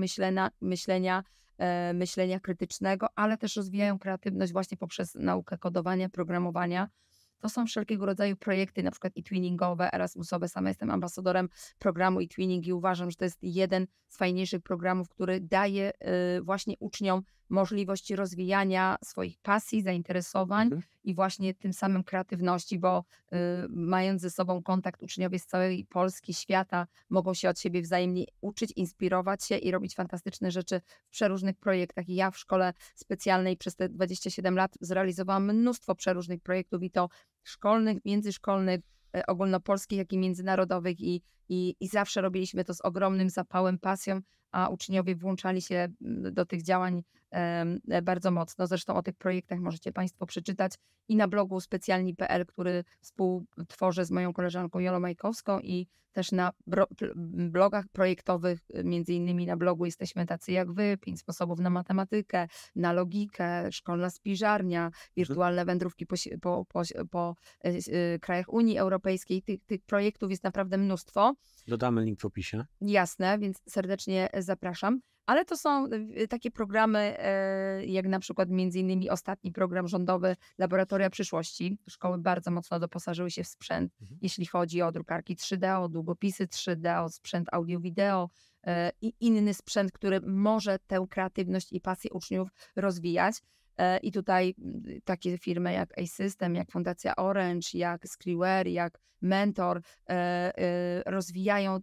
myślenia krytycznego, ale też rozwijają kreatywność właśnie poprzez naukę kodowania, programowania. To są wszelkiego rodzaju projekty, na przykład e-twinningowe, Erasmusowe. Sama jestem ambasadorem programu e-twinning i uważam, że to jest jeden z fajniejszych programów, który daje właśnie uczniom możliwość rozwijania swoich pasji, zainteresowań i właśnie tym samym kreatywności, bo mając ze sobą kontakt uczniowie z całej Polski, świata, mogą się od siebie wzajemnie uczyć, inspirować się i robić fantastyczne rzeczy w przeróżnych projektach. I ja w szkole specjalnej przez te 27 lat zrealizowałam mnóstwo przeróżnych projektów i to szkolnych, międzyszkolnych, ogólnopolskich, jak i międzynarodowych i zawsze robiliśmy to z ogromnym zapałem, pasją, a uczniowie włączali się do tych działań bardzo mocno. Zresztą o tych projektach możecie Państwo przeczytać i na blogu specjalni.pl, który współtworzę z moją koleżanką Jolą Majkowską i też na blogach projektowych, między innymi na blogu Jesteśmy tacy jak wy, 5 sposobów na matematykę, na logikę, szkolna spiżarnia, wirtualne wędrówki po krajach Unii Europejskiej. Tych projektów jest naprawdę mnóstwo. Dodamy link w opisie. Jasne, więc serdecznie zapraszam. Ale to są takie programy, jak na przykład między innymi ostatni program rządowy Laboratoria Przyszłości. Szkoły bardzo mocno doposażyły się w sprzęt, jeśli chodzi o drukarki 3D, o długopisy 3D, o sprzęt audio-wideo i inny sprzęt, który może tę kreatywność i pasję uczniów rozwijać. I tutaj takie firmy jak A-System, jak Fundacja Orange, jak Skillware, jak Mentor rozwijają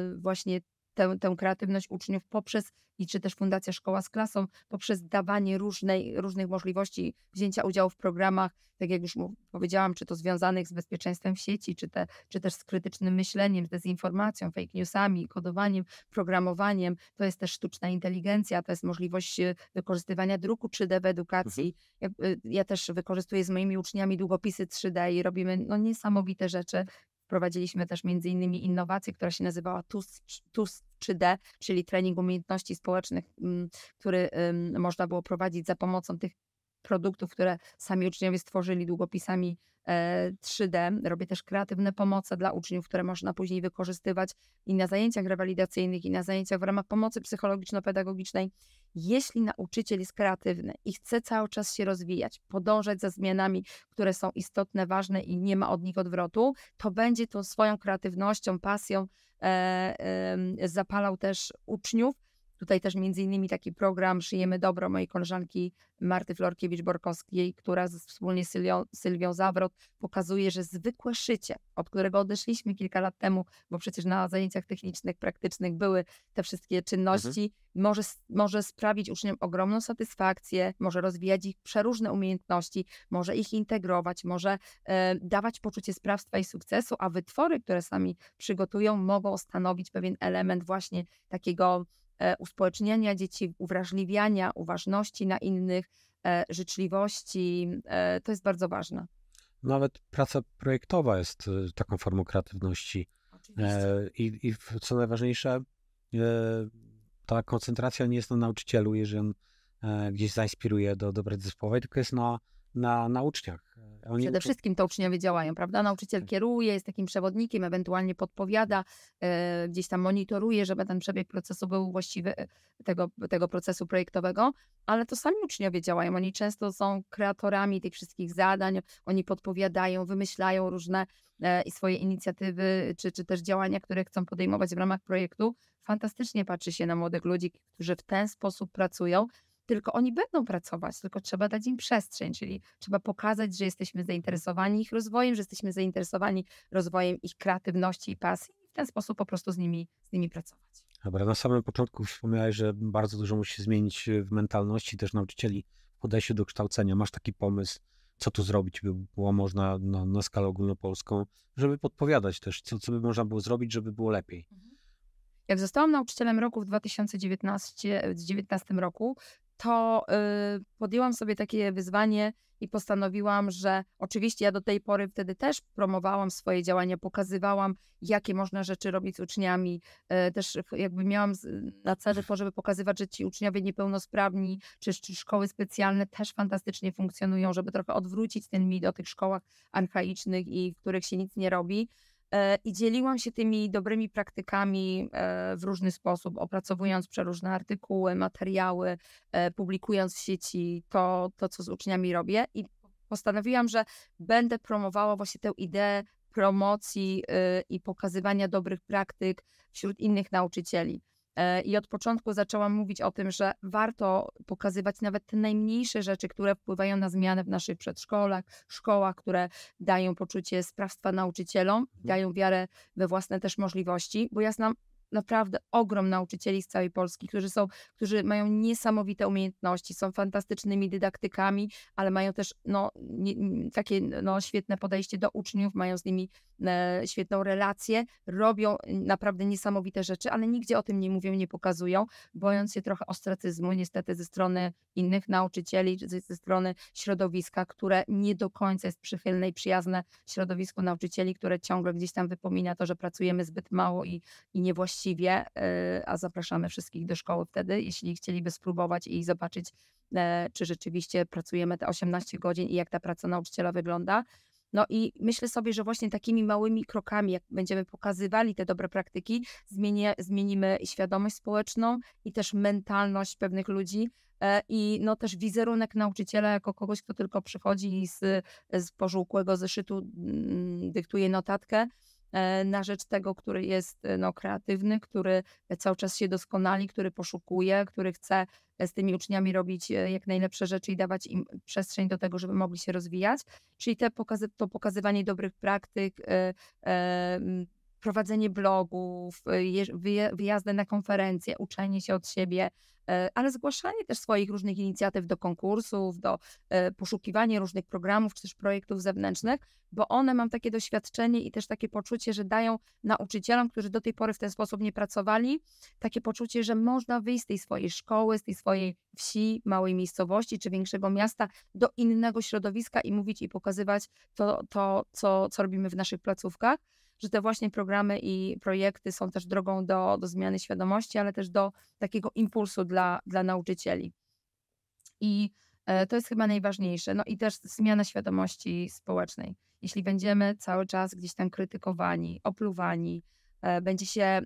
tę kreatywność uczniów poprzez, czy też Fundacja Szkoła z Klasą, poprzez dawanie różnych możliwości wzięcia udziału w programach, tak jak już powiedziałam, czy to związanych z bezpieczeństwem w sieci, czy też z krytycznym myśleniem, z dezinformacją, fake newsami, kodowaniem, programowaniem. To jest też sztuczna inteligencja, to jest możliwość wykorzystywania druku 3D w edukacji. Ja też wykorzystuję z moimi uczniami długopisy 3D i robimy niesamowite rzeczy. Wprowadziliśmy też między innymi innowację, która się nazywała TUS 3D, czyli trening umiejętności społecznych, który można było prowadzić za pomocą tych produktów, które sami uczniowie stworzyli długopisami 3D. Robię też kreatywne pomoce dla uczniów, które można później wykorzystywać i na zajęciach rewalidacyjnych, i na zajęciach w ramach pomocy psychologiczno-pedagogicznej. Jeśli nauczyciel jest kreatywny i chce cały czas się rozwijać, podążać za zmianami, które są istotne, ważne i nie ma od nich odwrotu, to będzie tą swoją kreatywnością, pasją zapalał też uczniów. Tutaj też między innymi taki program Szyjemy Dobro mojej koleżanki Marty Florkiewicz-Borkowskiej, która wspólnie z Sylwią Zawrot pokazuje, że zwykłe szycie, od którego odeszliśmy kilka lat temu, bo przecież na zajęciach technicznych, praktycznych były te wszystkie czynności, może sprawić uczniom ogromną satysfakcję, może rozwijać ich przeróżne umiejętności, może ich integrować, może dawać poczucie sprawstwa i sukcesu, a wytwory, które sami przygotują, mogą stanowić pewien element właśnie takiego uspołeczniania dzieci, uwrażliwiania, uważności na innych, życzliwości. To jest bardzo ważne. Nawet praca projektowa jest taką formą kreatywności. I co najważniejsze, ta koncentracja nie jest na nauczycielu, jeżeli on gdzieś zainspiruje do pracy zespołowej, tylko jest na uczniach. Przede wszystkim to uczniowie działają, prawda? Nauczyciel kieruje, jest takim przewodnikiem, ewentualnie podpowiada, gdzieś tam monitoruje, żeby ten przebieg procesu był właściwy, tego procesu projektowego, ale to sami uczniowie działają. Oni często są kreatorami tych wszystkich zadań, oni podpowiadają, wymyślają różne i swoje inicjatywy, czy też działania, które chcą podejmować w ramach projektu. Fantastycznie patrzy się na młodych ludzi, którzy w ten sposób pracują. Tylko oni będą pracować, tylko trzeba dać im przestrzeń, czyli trzeba pokazać, że jesteśmy zainteresowani ich rozwojem, że jesteśmy zainteresowani rozwojem ich kreatywności i pasji i w ten sposób po prostu z nimi pracować. Dobra, na samym początku wspomniałeś, że bardzo dużo musi się zmienić w mentalności też nauczycieli, w podejściu do kształcenia. Masz taki pomysł, co tu zrobić, by było można na skalę ogólnopolską, żeby podpowiadać też, co by można było zrobić, żeby było lepiej? Jak zostałam nauczycielem roku w 2019 roku, to podjęłam sobie takie wyzwanie i postanowiłam, że oczywiście ja do tej pory wtedy też promowałam swoje działania, pokazywałam, jakie można rzeczy robić z uczniami. Też jakby miałam na celu to, żeby pokazywać, że ci uczniowie niepełnosprawni czy szkoły specjalne też fantastycznie funkcjonują, żeby trochę odwrócić ten mit o tych szkołach archaicznych i w których się nic nie robi. I dzieliłam się tymi dobrymi praktykami w różny sposób, opracowując przeróżne artykuły, materiały, publikując w sieci to, co z uczniami robię. I postanowiłam, że będę promowała właśnie tę ideę promocji i pokazywania dobrych praktyk wśród innych nauczycieli. I od początku zaczęłam mówić o tym, że warto pokazywać nawet te najmniejsze rzeczy, które wpływają na zmianę w naszych przedszkolach, szkołach, które dają poczucie sprawstwa nauczycielom, dają wiarę we własne też możliwości, bo ja znam naprawdę ogrom nauczycieli z całej Polski, którzy mają niesamowite umiejętności, są fantastycznymi dydaktykami, ale mają też takie świetne podejście do uczniów, mają z nimi świetną relację, robią naprawdę niesamowite rzeczy, ale nigdzie o tym nie mówią, nie pokazują, bojąc się trochę ostracyzmu niestety ze strony innych nauczycieli, ze strony środowiska, które nie do końca jest przychylne i przyjazne środowisku nauczycieli, które ciągle gdzieś tam wypomina to, że pracujemy zbyt mało i niewłaściwie, a zapraszamy wszystkich do szkoły wtedy, jeśli chcieliby spróbować i zobaczyć, czy rzeczywiście pracujemy te 18 godzin i jak ta praca nauczyciela wygląda. No i myślę sobie, że właśnie takimi małymi krokami, jak będziemy pokazywali te dobre praktyki, zmienimy świadomość społeczną i też mentalność pewnych ludzi i też wizerunek nauczyciela jako kogoś, kto tylko przychodzi i z pożółkłego zeszytu dyktuje notatkę, na rzecz tego, który jest kreatywny, który cały czas się doskonali, który poszukuje, który chce z tymi uczniami robić jak najlepsze rzeczy i dawać im przestrzeń do tego, żeby mogli się rozwijać. Czyli to pokazywanie dobrych praktyk, prowadzenie blogów, wyjazdy na konferencje, uczenie się od siebie, ale zgłaszanie też swoich różnych inicjatyw do konkursów, do poszukiwania różnych programów czy też projektów zewnętrznych, bo one, mam takie doświadczenie i też takie poczucie, że dają nauczycielom, którzy do tej pory w ten sposób nie pracowali, takie poczucie, że można wyjść z tej swojej szkoły, z tej swojej wsi, małej miejscowości czy większego miasta do innego środowiska i mówić i pokazywać to co robimy w naszych placówkach, że te właśnie programy i projekty są też drogą do zmiany świadomości, ale też do takiego impulsu dla nauczycieli. I to jest chyba najważniejsze. No i też zmiana świadomości społecznej. Jeśli będziemy cały czas gdzieś tam krytykowani, opluwani, będzie się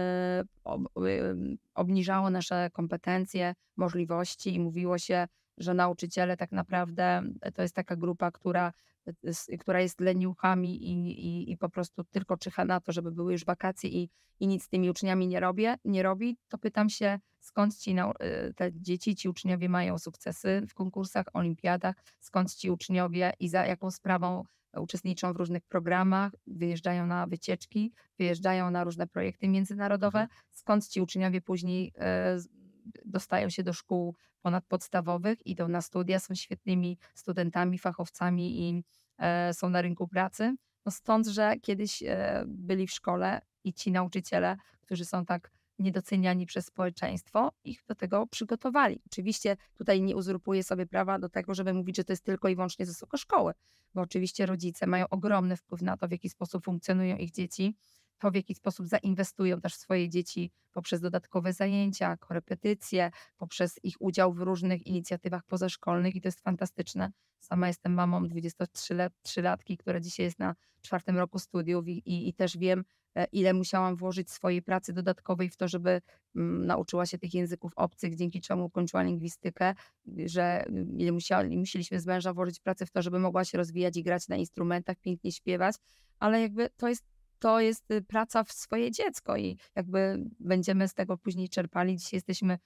obniżało nasze kompetencje, możliwości i mówiło się, że nauczyciele tak naprawdę to jest taka grupa, która jest leniuchami i po prostu tylko czyha na to, żeby były już wakacje i nic z tymi uczniami nie robi, to pytam się, skąd te dzieci, ci uczniowie mają sukcesy w konkursach, olimpiadach, skąd ci uczniowie i za jaką sprawą uczestniczą w różnych programach, wyjeżdżają na wycieczki, wyjeżdżają na różne projekty międzynarodowe, skąd ci uczniowie później dostają się do szkół ponadpodstawowych, idą na studia, są świetnymi studentami, fachowcami i są na rynku pracy. No stąd, że kiedyś byli w szkole i ci nauczyciele, którzy są tak niedoceniani przez społeczeństwo, ich do tego przygotowali. Oczywiście tutaj nie uzurpuję sobie prawa do tego, żeby mówić, że to jest tylko i wyłącznie zasługa szkoły, bo oczywiście rodzice mają ogromny wpływ na to, w jaki sposób funkcjonują ich dzieci, to w jaki sposób zainwestują też w swoje dzieci poprzez dodatkowe zajęcia, korepetycje, poprzez ich udział w różnych inicjatywach pozaszkolnych i to jest fantastyczne. Sama jestem mamą 23-latki, która dzisiaj jest na 4. roku studiów i też wiem, ile musiałam włożyć swojej pracy dodatkowej w to, żeby nauczyła się tych języków obcych, dzięki czemu ukończyła lingwistykę, że ile musieliśmy z męża włożyć pracę w to, żeby mogła się rozwijać i grać na instrumentach, pięknie śpiewać, ale jakby to jest praca w swoje dziecko i jakby będziemy z tego później czerpali. Dzisiaj jesteśmy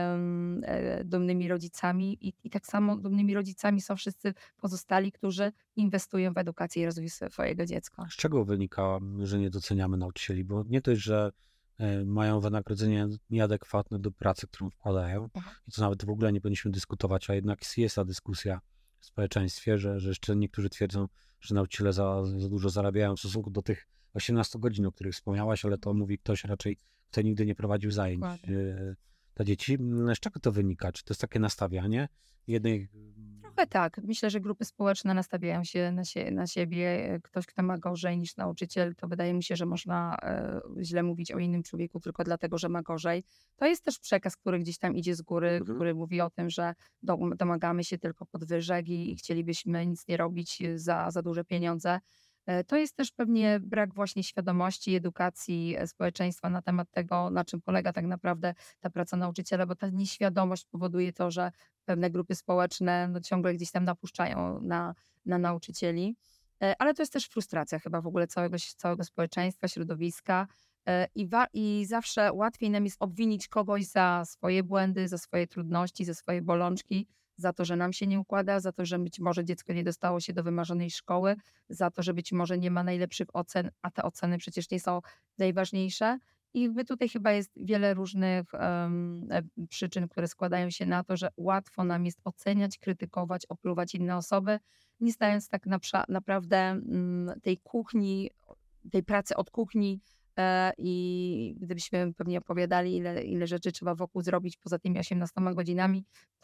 dumnymi rodzicami i tak samo dumnymi rodzicami są wszyscy pozostali, którzy inwestują w edukację i rozwój swojego dziecka. Z czego wynika, że nie doceniamy nauczycieli? Bo nie dość, że mają wynagrodzenie nieadekwatne do pracy, którą wkładają i to nawet w ogóle nie powinniśmy dyskutować, a jednak jest ta dyskusja w społeczeństwie, że jeszcze niektórzy twierdzą, że nauczyciele za dużo zarabiają w stosunku do tych 18 godzin, o których wspomniałaś, ale to mówi ktoś raczej, kto nigdy nie prowadził zajęć. dla dzieci. Z czego to wynika? Czy to jest takie nastawianie jednej... Trochę tak. Myślę, że grupy społeczne nastawiają się na siebie. Ktoś, kto ma gorzej niż nauczyciel, to wydaje mi się, że można źle mówić o innym człowieku tylko dlatego, że ma gorzej. To jest też przekaz, który gdzieś tam idzie z góry, który mówi o tym, że domagamy się tylko podwyżek i chcielibyśmy nic nie robić za duże pieniądze. To jest też pewnie brak właśnie świadomości, edukacji społeczeństwa na temat tego, na czym polega tak naprawdę ta praca nauczyciela, bo ta nieświadomość powoduje to, że pewne grupy społeczne ciągle gdzieś tam napuszczają na nauczycieli. Ale to jest też frustracja chyba w ogóle całego społeczeństwa, środowiska. I zawsze łatwiej nam jest obwinić kogoś za swoje błędy, za swoje trudności, za swoje bolączki, za to, że nam się nie układa, za to, że być może dziecko nie dostało się do wymarzonej szkoły, za to, że być może nie ma najlepszych ocen, a te oceny przecież nie są najważniejsze. I tutaj chyba jest wiele różnych przyczyn, które składają się na to, że łatwo nam jest oceniać, krytykować, opluwać inne osoby, nie stając tak naprawdę tej kuchni, tej pracy od kuchni. I gdybyśmy pewnie opowiadali, ile rzeczy trzeba wokół zrobić poza tymi 18 godzinami,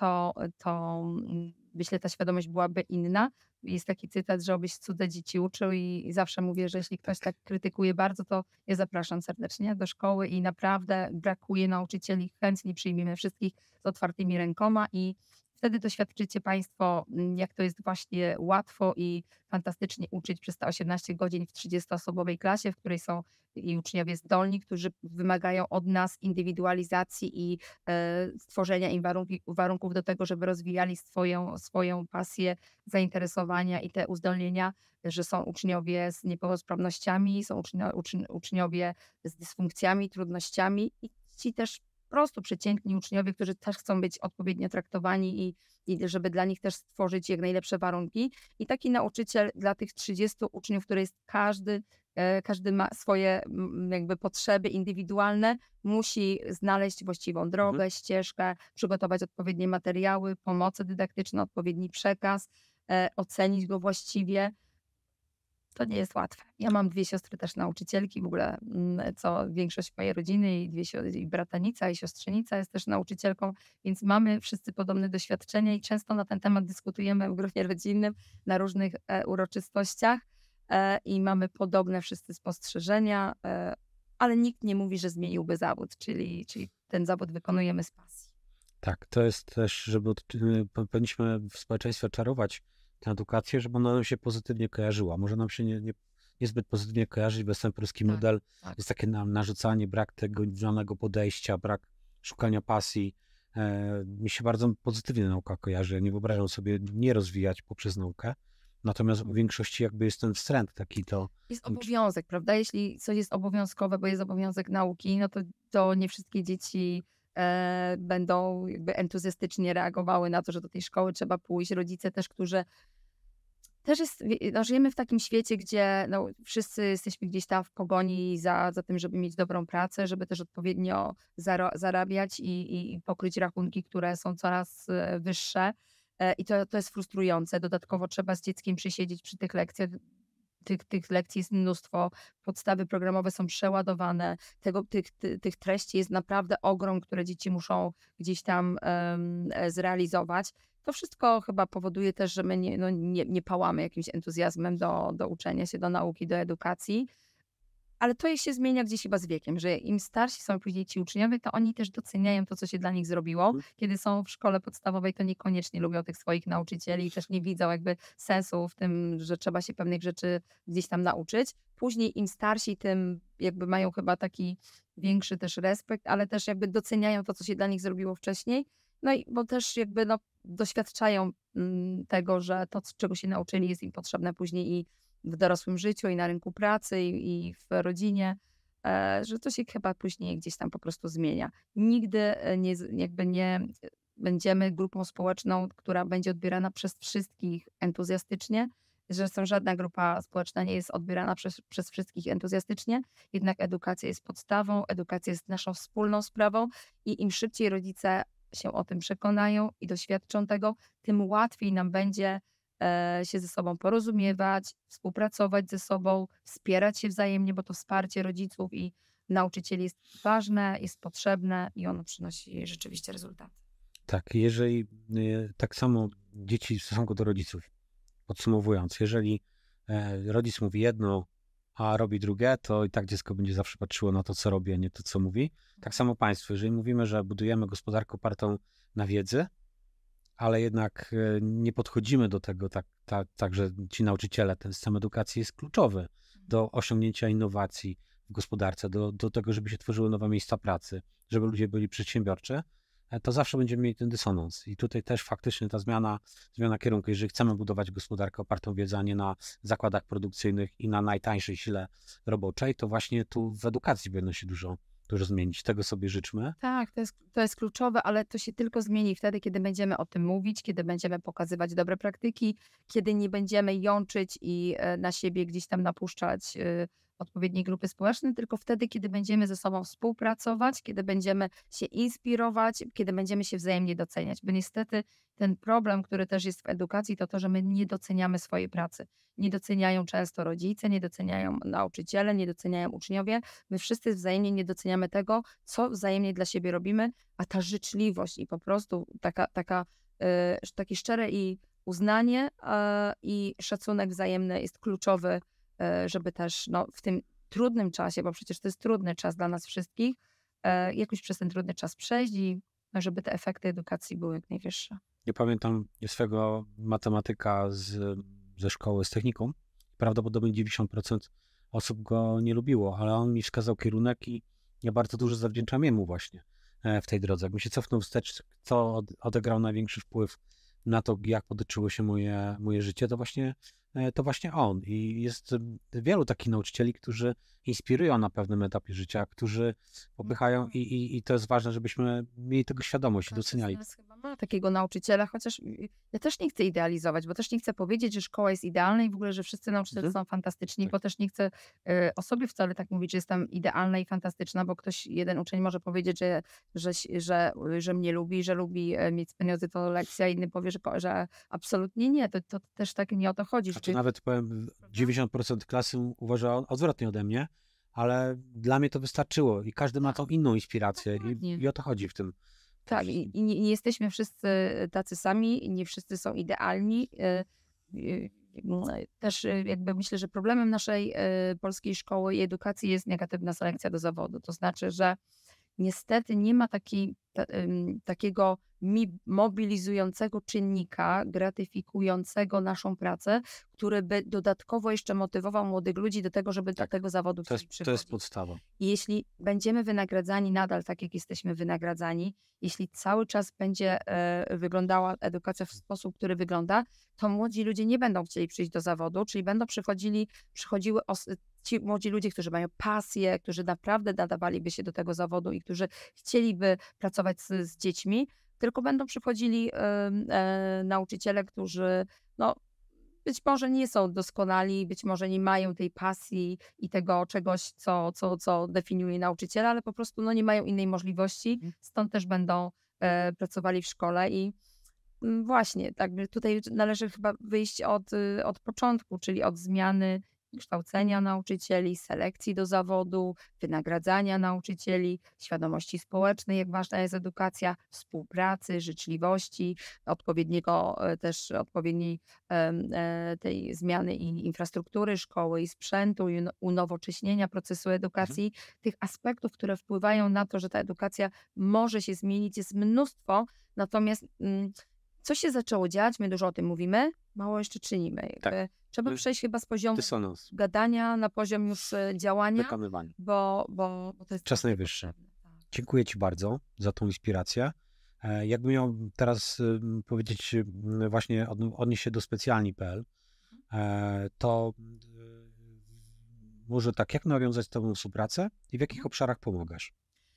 to myślę, ta świadomość byłaby inna. Jest taki cytat, że obyś cudze dzieci uczył i zawsze mówię, że jeśli ktoś tak krytykuje bardzo, to ja zapraszam serdecznie do szkoły i naprawdę brakuje nauczycieli. Chętnie przyjmiemy wszystkich z otwartymi rękoma i wtedy doświadczycie Państwo, jak to jest właśnie łatwo i fantastycznie uczyć przez te 18 godzin w 30-osobowej klasie, w której są i uczniowie zdolni, którzy wymagają od nas indywidualizacji i stworzenia im warunków do tego, żeby rozwijali swoją pasję, zainteresowania i te uzdolnienia, że są uczniowie z niepełnosprawnościami, są uczniowie z dysfunkcjami, trudnościami i ci też po prostu przeciętni uczniowie, którzy też chcą być odpowiednio traktowani i żeby dla nich też stworzyć jak najlepsze warunki. I taki nauczyciel dla tych 30 uczniów, który jest każdy ma swoje jakby potrzeby indywidualne, musi znaleźć właściwą drogę, ścieżkę, przygotować odpowiednie materiały, pomoce dydaktyczne, odpowiedni przekaz, ocenić go właściwie. To nie jest łatwe. Ja mam 2 siostry też nauczycielki, w ogóle co większość mojej rodziny i bratanica i siostrzenica jest też nauczycielką, więc mamy wszyscy podobne doświadczenia i często na ten temat dyskutujemy w gronie rodzinnym na różnych uroczystościach i mamy podobne wszyscy spostrzeżenia, ale nikt nie mówi, że zmieniłby zawód, czyli ten zawód wykonujemy z pasji. Tak, to jest też, żeby powinniśmy w społeczeństwie czarować tę edukację, żeby ona nam się pozytywnie kojarzyła. Może nam się niezbyt pozytywnie kojarzyć, bo ten polski model jest takie narzucanie, brak tego indywidualnego podejścia, brak szukania pasji. Mi się bardzo pozytywnie nauka kojarzy. Ja nie wyobrażam sobie nie rozwijać poprzez naukę. Natomiast w większości jakby jest ten wstręt taki to... Jest obowiązek, prawda? Jeśli coś jest obowiązkowe, bo jest obowiązek nauki, no to nie wszystkie dzieci będą jakby entuzjastycznie reagowały na to, że do tej szkoły trzeba pójść. Rodzice też, którzy też żyjemy w takim świecie, gdzie wszyscy jesteśmy gdzieś tam w pogoni za tym, żeby mieć dobrą pracę, żeby też odpowiednio zarabiać i pokryć rachunki, które są coraz wyższe. I to jest frustrujące. Dodatkowo trzeba z dzieckiem przysiedzieć przy tych lekcjach. Tych lekcji jest mnóstwo, podstawy programowe są przeładowane, tych treści jest naprawdę ogrom, które dzieci muszą gdzieś tam zrealizować. To wszystko chyba powoduje też, że my nie pałamy jakimś entuzjazmem do uczenia się, do nauki, do edukacji. Ale to się zmienia gdzieś chyba z wiekiem, że im starsi są później ci uczniowie, to oni też doceniają to, co się dla nich zrobiło. Kiedy są w szkole podstawowej, to niekoniecznie lubią tych swoich nauczycieli i też nie widzą jakby sensu w tym, że trzeba się pewnych rzeczy gdzieś tam nauczyć. Później im starsi, tym jakby mają chyba taki większy też respekt, ale też jakby doceniają to, co się dla nich zrobiło wcześniej. No i bo też jakby doświadczają tego, że to, czego się nauczyli, jest im potrzebne później i w dorosłym życiu, i na rynku pracy, i w rodzinie, że to się chyba później gdzieś tam po prostu zmienia. Nigdy nie będziemy grupą społeczną, która będzie odbierana przez wszystkich entuzjastycznie. Zresztą żadna grupa społeczna nie jest odbierana przez wszystkich entuzjastycznie, jednak edukacja jest podstawą, edukacja jest naszą wspólną sprawą i im szybciej rodzice się o tym przekonają i doświadczą tego, tym łatwiej nam będzie się ze sobą porozumiewać, współpracować ze sobą, wspierać się wzajemnie, bo to wsparcie rodziców i nauczycieli jest ważne, jest potrzebne i ono przynosi rzeczywiście rezultaty. Tak, jeżeli tak samo dzieci w stosunku do rodziców, podsumowując, jeżeli rodzic mówi jedno, a robi drugie, to i tak dziecko będzie zawsze patrzyło na to, co robi, a nie to, co mówi. Tak samo państwo, jeżeli mówimy, że budujemy gospodarkę opartą na wiedzy, ale jednak nie podchodzimy do tego tak, że ci nauczyciele, ten system edukacji jest kluczowy do osiągnięcia innowacji w gospodarce, do tego, żeby się tworzyły nowe miejsca pracy, żeby ludzie byli przedsiębiorczy, to zawsze będziemy mieli ten dysonans. I tutaj też faktycznie ta zmiana kierunku, jeżeli chcemy budować gospodarkę opartą o wiedzę, a nie na zakładach produkcyjnych i na najtańszej sile roboczej, to właśnie tu w edukacji powinno się dużo zmienić. Tego sobie życzmy. Tak, to jest kluczowe, ale to się tylko zmieni wtedy, kiedy będziemy o tym mówić, kiedy będziemy pokazywać dobre praktyki, kiedy nie będziemy jączyć i na siebie gdzieś tam napuszczać odpowiedniej grupy społecznej, tylko wtedy, kiedy będziemy ze sobą współpracować, kiedy będziemy się inspirować, kiedy będziemy się wzajemnie doceniać. Bo niestety ten problem, który też jest w edukacji, to to, że my nie doceniamy swojej pracy. Nie doceniają często rodzice, nie doceniają nauczyciele, nie doceniają uczniowie. My wszyscy wzajemnie nie doceniamy tego, co wzajemnie dla siebie robimy, a ta życzliwość i po prostu takie szczere i uznanie i szacunek wzajemny jest kluczowy, żeby też w tym trudnym czasie, bo przecież to jest trudny czas dla nas wszystkich, jakoś przez ten trudny czas przejść i żeby te efekty edukacji były jak najwyższe. Ja pamiętam swego matematyka ze szkoły, z technikum. Prawdopodobnie 90% osób go nie lubiło, ale on mi wskazał kierunek i ja bardzo dużo zawdzięczam jemu właśnie w tej drodze. Jakbym się cofnął wstecz, co odegrał największy wpływ na to, jak potoczyło się moje życie, to właśnie on. I jest wielu takich nauczycieli, którzy inspirują na pewnym etapie życia, którzy popychają i to jest ważne, żebyśmy mieli tego świadomość i doceniali. Każdy z nas chyba ma takiego nauczyciela, chociaż ja też nie chcę idealizować, bo też nie chcę powiedzieć, że szkoła jest idealna i w ogóle, że wszyscy nauczyciele są fantastyczni, bo też nie chcę o sobie wcale tak mówić, że jestem idealna i fantastyczna, bo jeden uczeń może powiedzieć, że mnie lubi, że lubi mieć z to lekcja, inny powie, że absolutnie nie. To też tak nie o to chodzi. Znaczy, nawet powiem, 90% klasy uważa odwrotnie ode mnie, ale dla mnie to wystarczyło i każdy ma tą inną inspirację i o to chodzi w tym. Tak, i nie jesteśmy wszyscy tacy sami, nie wszyscy są idealni. Też jakby myślę, że problemem naszej polskiej szkoły i edukacji jest negatywna selekcja do zawodu. To znaczy, że niestety nie ma takiego mobilizującego czynnika, gratyfikującego naszą pracę, który by dodatkowo jeszcze motywował młodych ludzi do tego, żeby do tego zawodu przychodzić. To jest podstawa. I jeśli będziemy wynagradzani nadal tak, jak jesteśmy wynagradzani, jeśli cały czas będzie wyglądała edukacja w sposób, który wygląda, to młodzi ludzie nie będą chcieli przyjść do zawodu, czyli będą przychodziły ci młodzi ludzie, którzy mają pasję, którzy naprawdę nadawaliby się do tego zawodu i którzy chcieliby pracować z dziećmi, tylko będą przychodzili nauczyciele, którzy być może nie są doskonali, być może nie mają tej pasji i tego czegoś, co definiuje nauczyciela, ale po prostu nie mają innej możliwości, stąd też będą pracowali w szkole i właśnie, tak, tutaj należy chyba wyjść od początku, czyli od zmiany kształcenia nauczycieli, selekcji do zawodu, wynagradzania nauczycieli, świadomości społecznej, jak ważna jest edukacja, współpracy, życzliwości, odpowiedniej tej zmiany i infrastruktury szkoły i sprzętu, i unowocześnienia procesu edukacji. Tych aspektów, które wpływają na to, że ta edukacja może się zmienić, jest mnóstwo, natomiast co się zaczęło dziać, my dużo o tym mówimy, mało jeszcze czynimy. Tak. Trzeba przejść chyba z poziomu dysonans. Gadania na poziom już działania, Wykonywania. bo to jest czas najwyższy. Tak. Dziękuję Ci bardzo za tą inspirację. Jakbym miał teraz powiedzieć, właśnie odnieść się do specjalni.pl, to może tak, jak nawiązać z Tobą współpracę i w jakich obszarach pomagasz?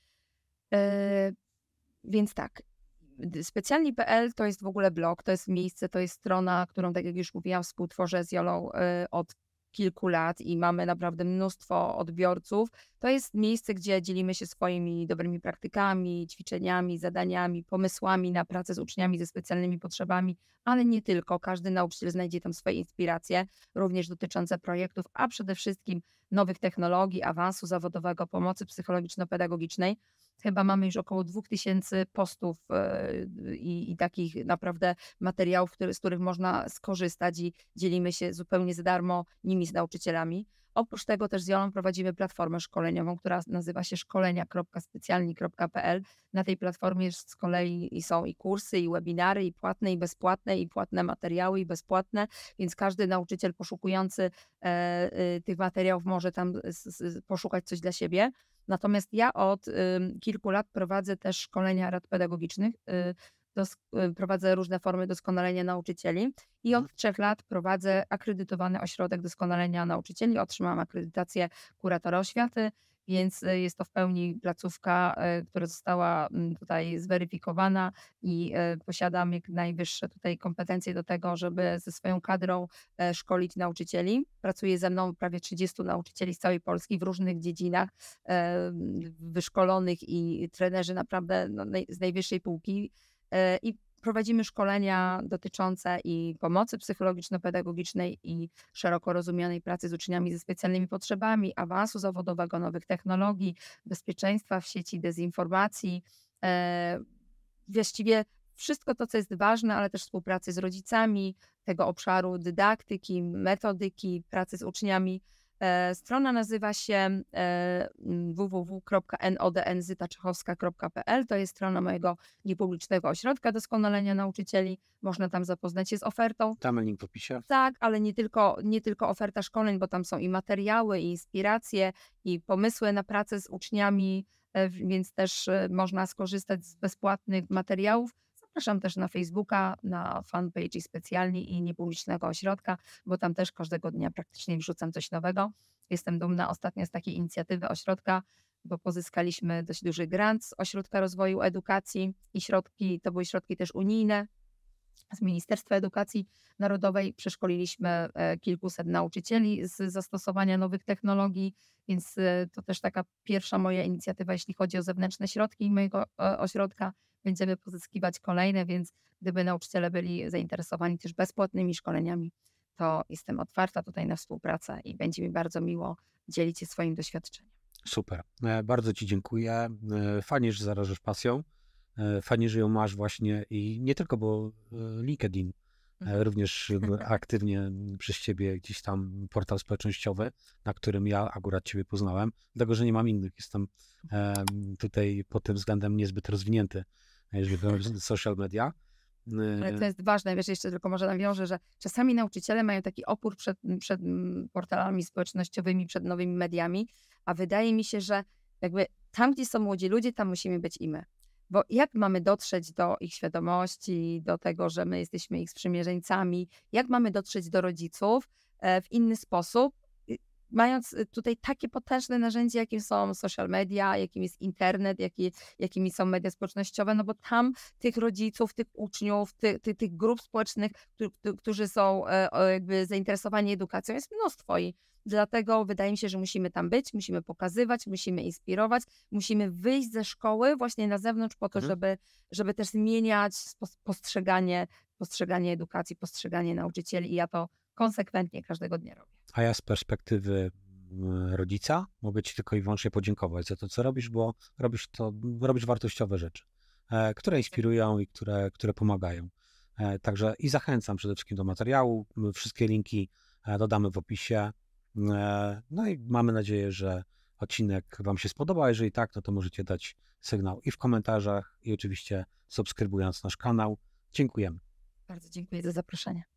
Więc tak, specjalni.pl to jest w ogóle blog, to jest miejsce, to jest strona, którą, tak jak już mówiłam, współtworzę z Jolą od kilku lat i mamy naprawdę mnóstwo odbiorców. To jest miejsce, gdzie dzielimy się swoimi dobrymi praktykami, ćwiczeniami, zadaniami, pomysłami na pracę z uczniami ze specjalnymi potrzebami, ale nie tylko. Każdy nauczyciel znajdzie tam swoje inspiracje, również dotyczące projektów, a przede wszystkim nowych technologii, awansu zawodowego, pomocy psychologiczno-pedagogicznej. Chyba mamy już około 2000 postów i takich naprawdę materiałów, z których można skorzystać i dzielimy się zupełnie za darmo nimi z nauczycielami. Oprócz tego też z Jolą prowadzimy platformę szkoleniową, która nazywa się szkolenia.specjalni.pl. Na tej platformie z kolei są i kursy, i webinary, i płatne materiały, i bezpłatne, więc każdy nauczyciel poszukujący tych materiałów może tam poszukać coś dla siebie. Natomiast ja od kilku lat prowadzę też szkolenia rad pedagogicznych, prowadzę różne formy doskonalenia nauczycieli i od 3 lat prowadzę akredytowany ośrodek doskonalenia nauczycieli. Otrzymałam akredytację kuratora oświaty, więc jest to w pełni placówka, która została tutaj zweryfikowana i posiadam jak najwyższe tutaj kompetencje do tego, żeby ze swoją kadrą szkolić nauczycieli. Pracuje ze mną prawie 30 nauczycieli z całej Polski w różnych dziedzinach, wyszkolonych i trenerzy naprawdę z najwyższej półki. I prowadzimy szkolenia dotyczące i pomocy psychologiczno-pedagogicznej i szeroko rozumianej pracy z uczniami ze specjalnymi potrzebami, awansu zawodowego, nowych technologii, bezpieczeństwa w sieci, dezinformacji. Właściwie wszystko to, co jest ważne, ale też współpracy z rodzicami, tego obszaru dydaktyki, metodyki, pracy z uczniami. Strona nazywa się www.nodnzytaczechowska.pl. To jest strona mojego niepublicznego ośrodka doskonalenia nauczycieli. Można tam zapoznać się z ofertą. Damy link w opisie. Tak, ale nie tylko oferta szkoleń, bo tam są i materiały, i inspiracje, i pomysły na pracę z uczniami, więc też można skorzystać z bezpłatnych materiałów. Zapraszam też na Facebooka, na fanpage specjalni i niepublicznego ośrodka, bo tam też każdego dnia praktycznie wrzucam coś nowego. Jestem dumna ostatnio z takiej inicjatywy ośrodka, bo pozyskaliśmy dość duży grant z Ośrodka Rozwoju Edukacji i to były środki też unijne. Z Ministerstwa Edukacji Narodowej przeszkoliliśmy kilkuset nauczycieli z zastosowania nowych technologii, więc to też taka pierwsza moja inicjatywa, jeśli chodzi o zewnętrzne środki mojego ośrodka. Będziemy pozyskiwać kolejne, więc gdyby nauczyciele byli zainteresowani też bezpłatnymi szkoleniami, to jestem otwarta tutaj na współpracę i będzie mi bardzo miło dzielić się swoim doświadczeniem. Super. Bardzo Ci dziękuję. Fajnie, że zarażasz pasją. Fajnie, że ją masz właśnie i nie tylko, bo LinkedIn, również aktywnie przez Ciebie gdzieś tam portal społecznościowy, na którym ja akurat Ciebie poznałem, dlatego, że nie mam innych. Jestem tutaj pod tym względem niezbyt rozwinięty, jeżeli chodzi o social media. Ale to jest ważne, wiesz, jeszcze tylko może nawiążę, że czasami nauczyciele mają taki opór przed portalami społecznościowymi, przed nowymi mediami, a wydaje mi się, że jakby tam, gdzie są młodzi ludzie, tam musimy być i my. Bo jak mamy dotrzeć do ich świadomości, do tego, że my jesteśmy ich sprzymierzeńcami, jak mamy dotrzeć do rodziców w inny sposób, mając tutaj takie potężne narzędzia, jakim są social media, jakim jest internet, jakimi są media społecznościowe, no bo tam tych rodziców, tych uczniów, tych grup społecznych, którzy są jakby zainteresowani edukacją, jest mnóstwo i dlatego wydaje mi się, że musimy tam być, musimy pokazywać, musimy inspirować, musimy wyjść ze szkoły właśnie na zewnątrz po to, żeby też zmieniać postrzeganie edukacji, postrzeganie nauczycieli i ja to konsekwentnie każdego dnia robię. A ja z perspektywy rodzica mogę Ci tylko i wyłącznie podziękować za to, co robisz, bo robisz wartościowe rzeczy, które inspirują i które pomagają. Także i zachęcam przede wszystkim do materiału. Wszystkie linki dodamy w opisie. No i mamy nadzieję, że odcinek Wam się spodoba. Jeżeli tak, no to możecie dać sygnał i w komentarzach, i oczywiście subskrybując nasz kanał. Dziękujemy. Bardzo dziękuję za zaproszenie.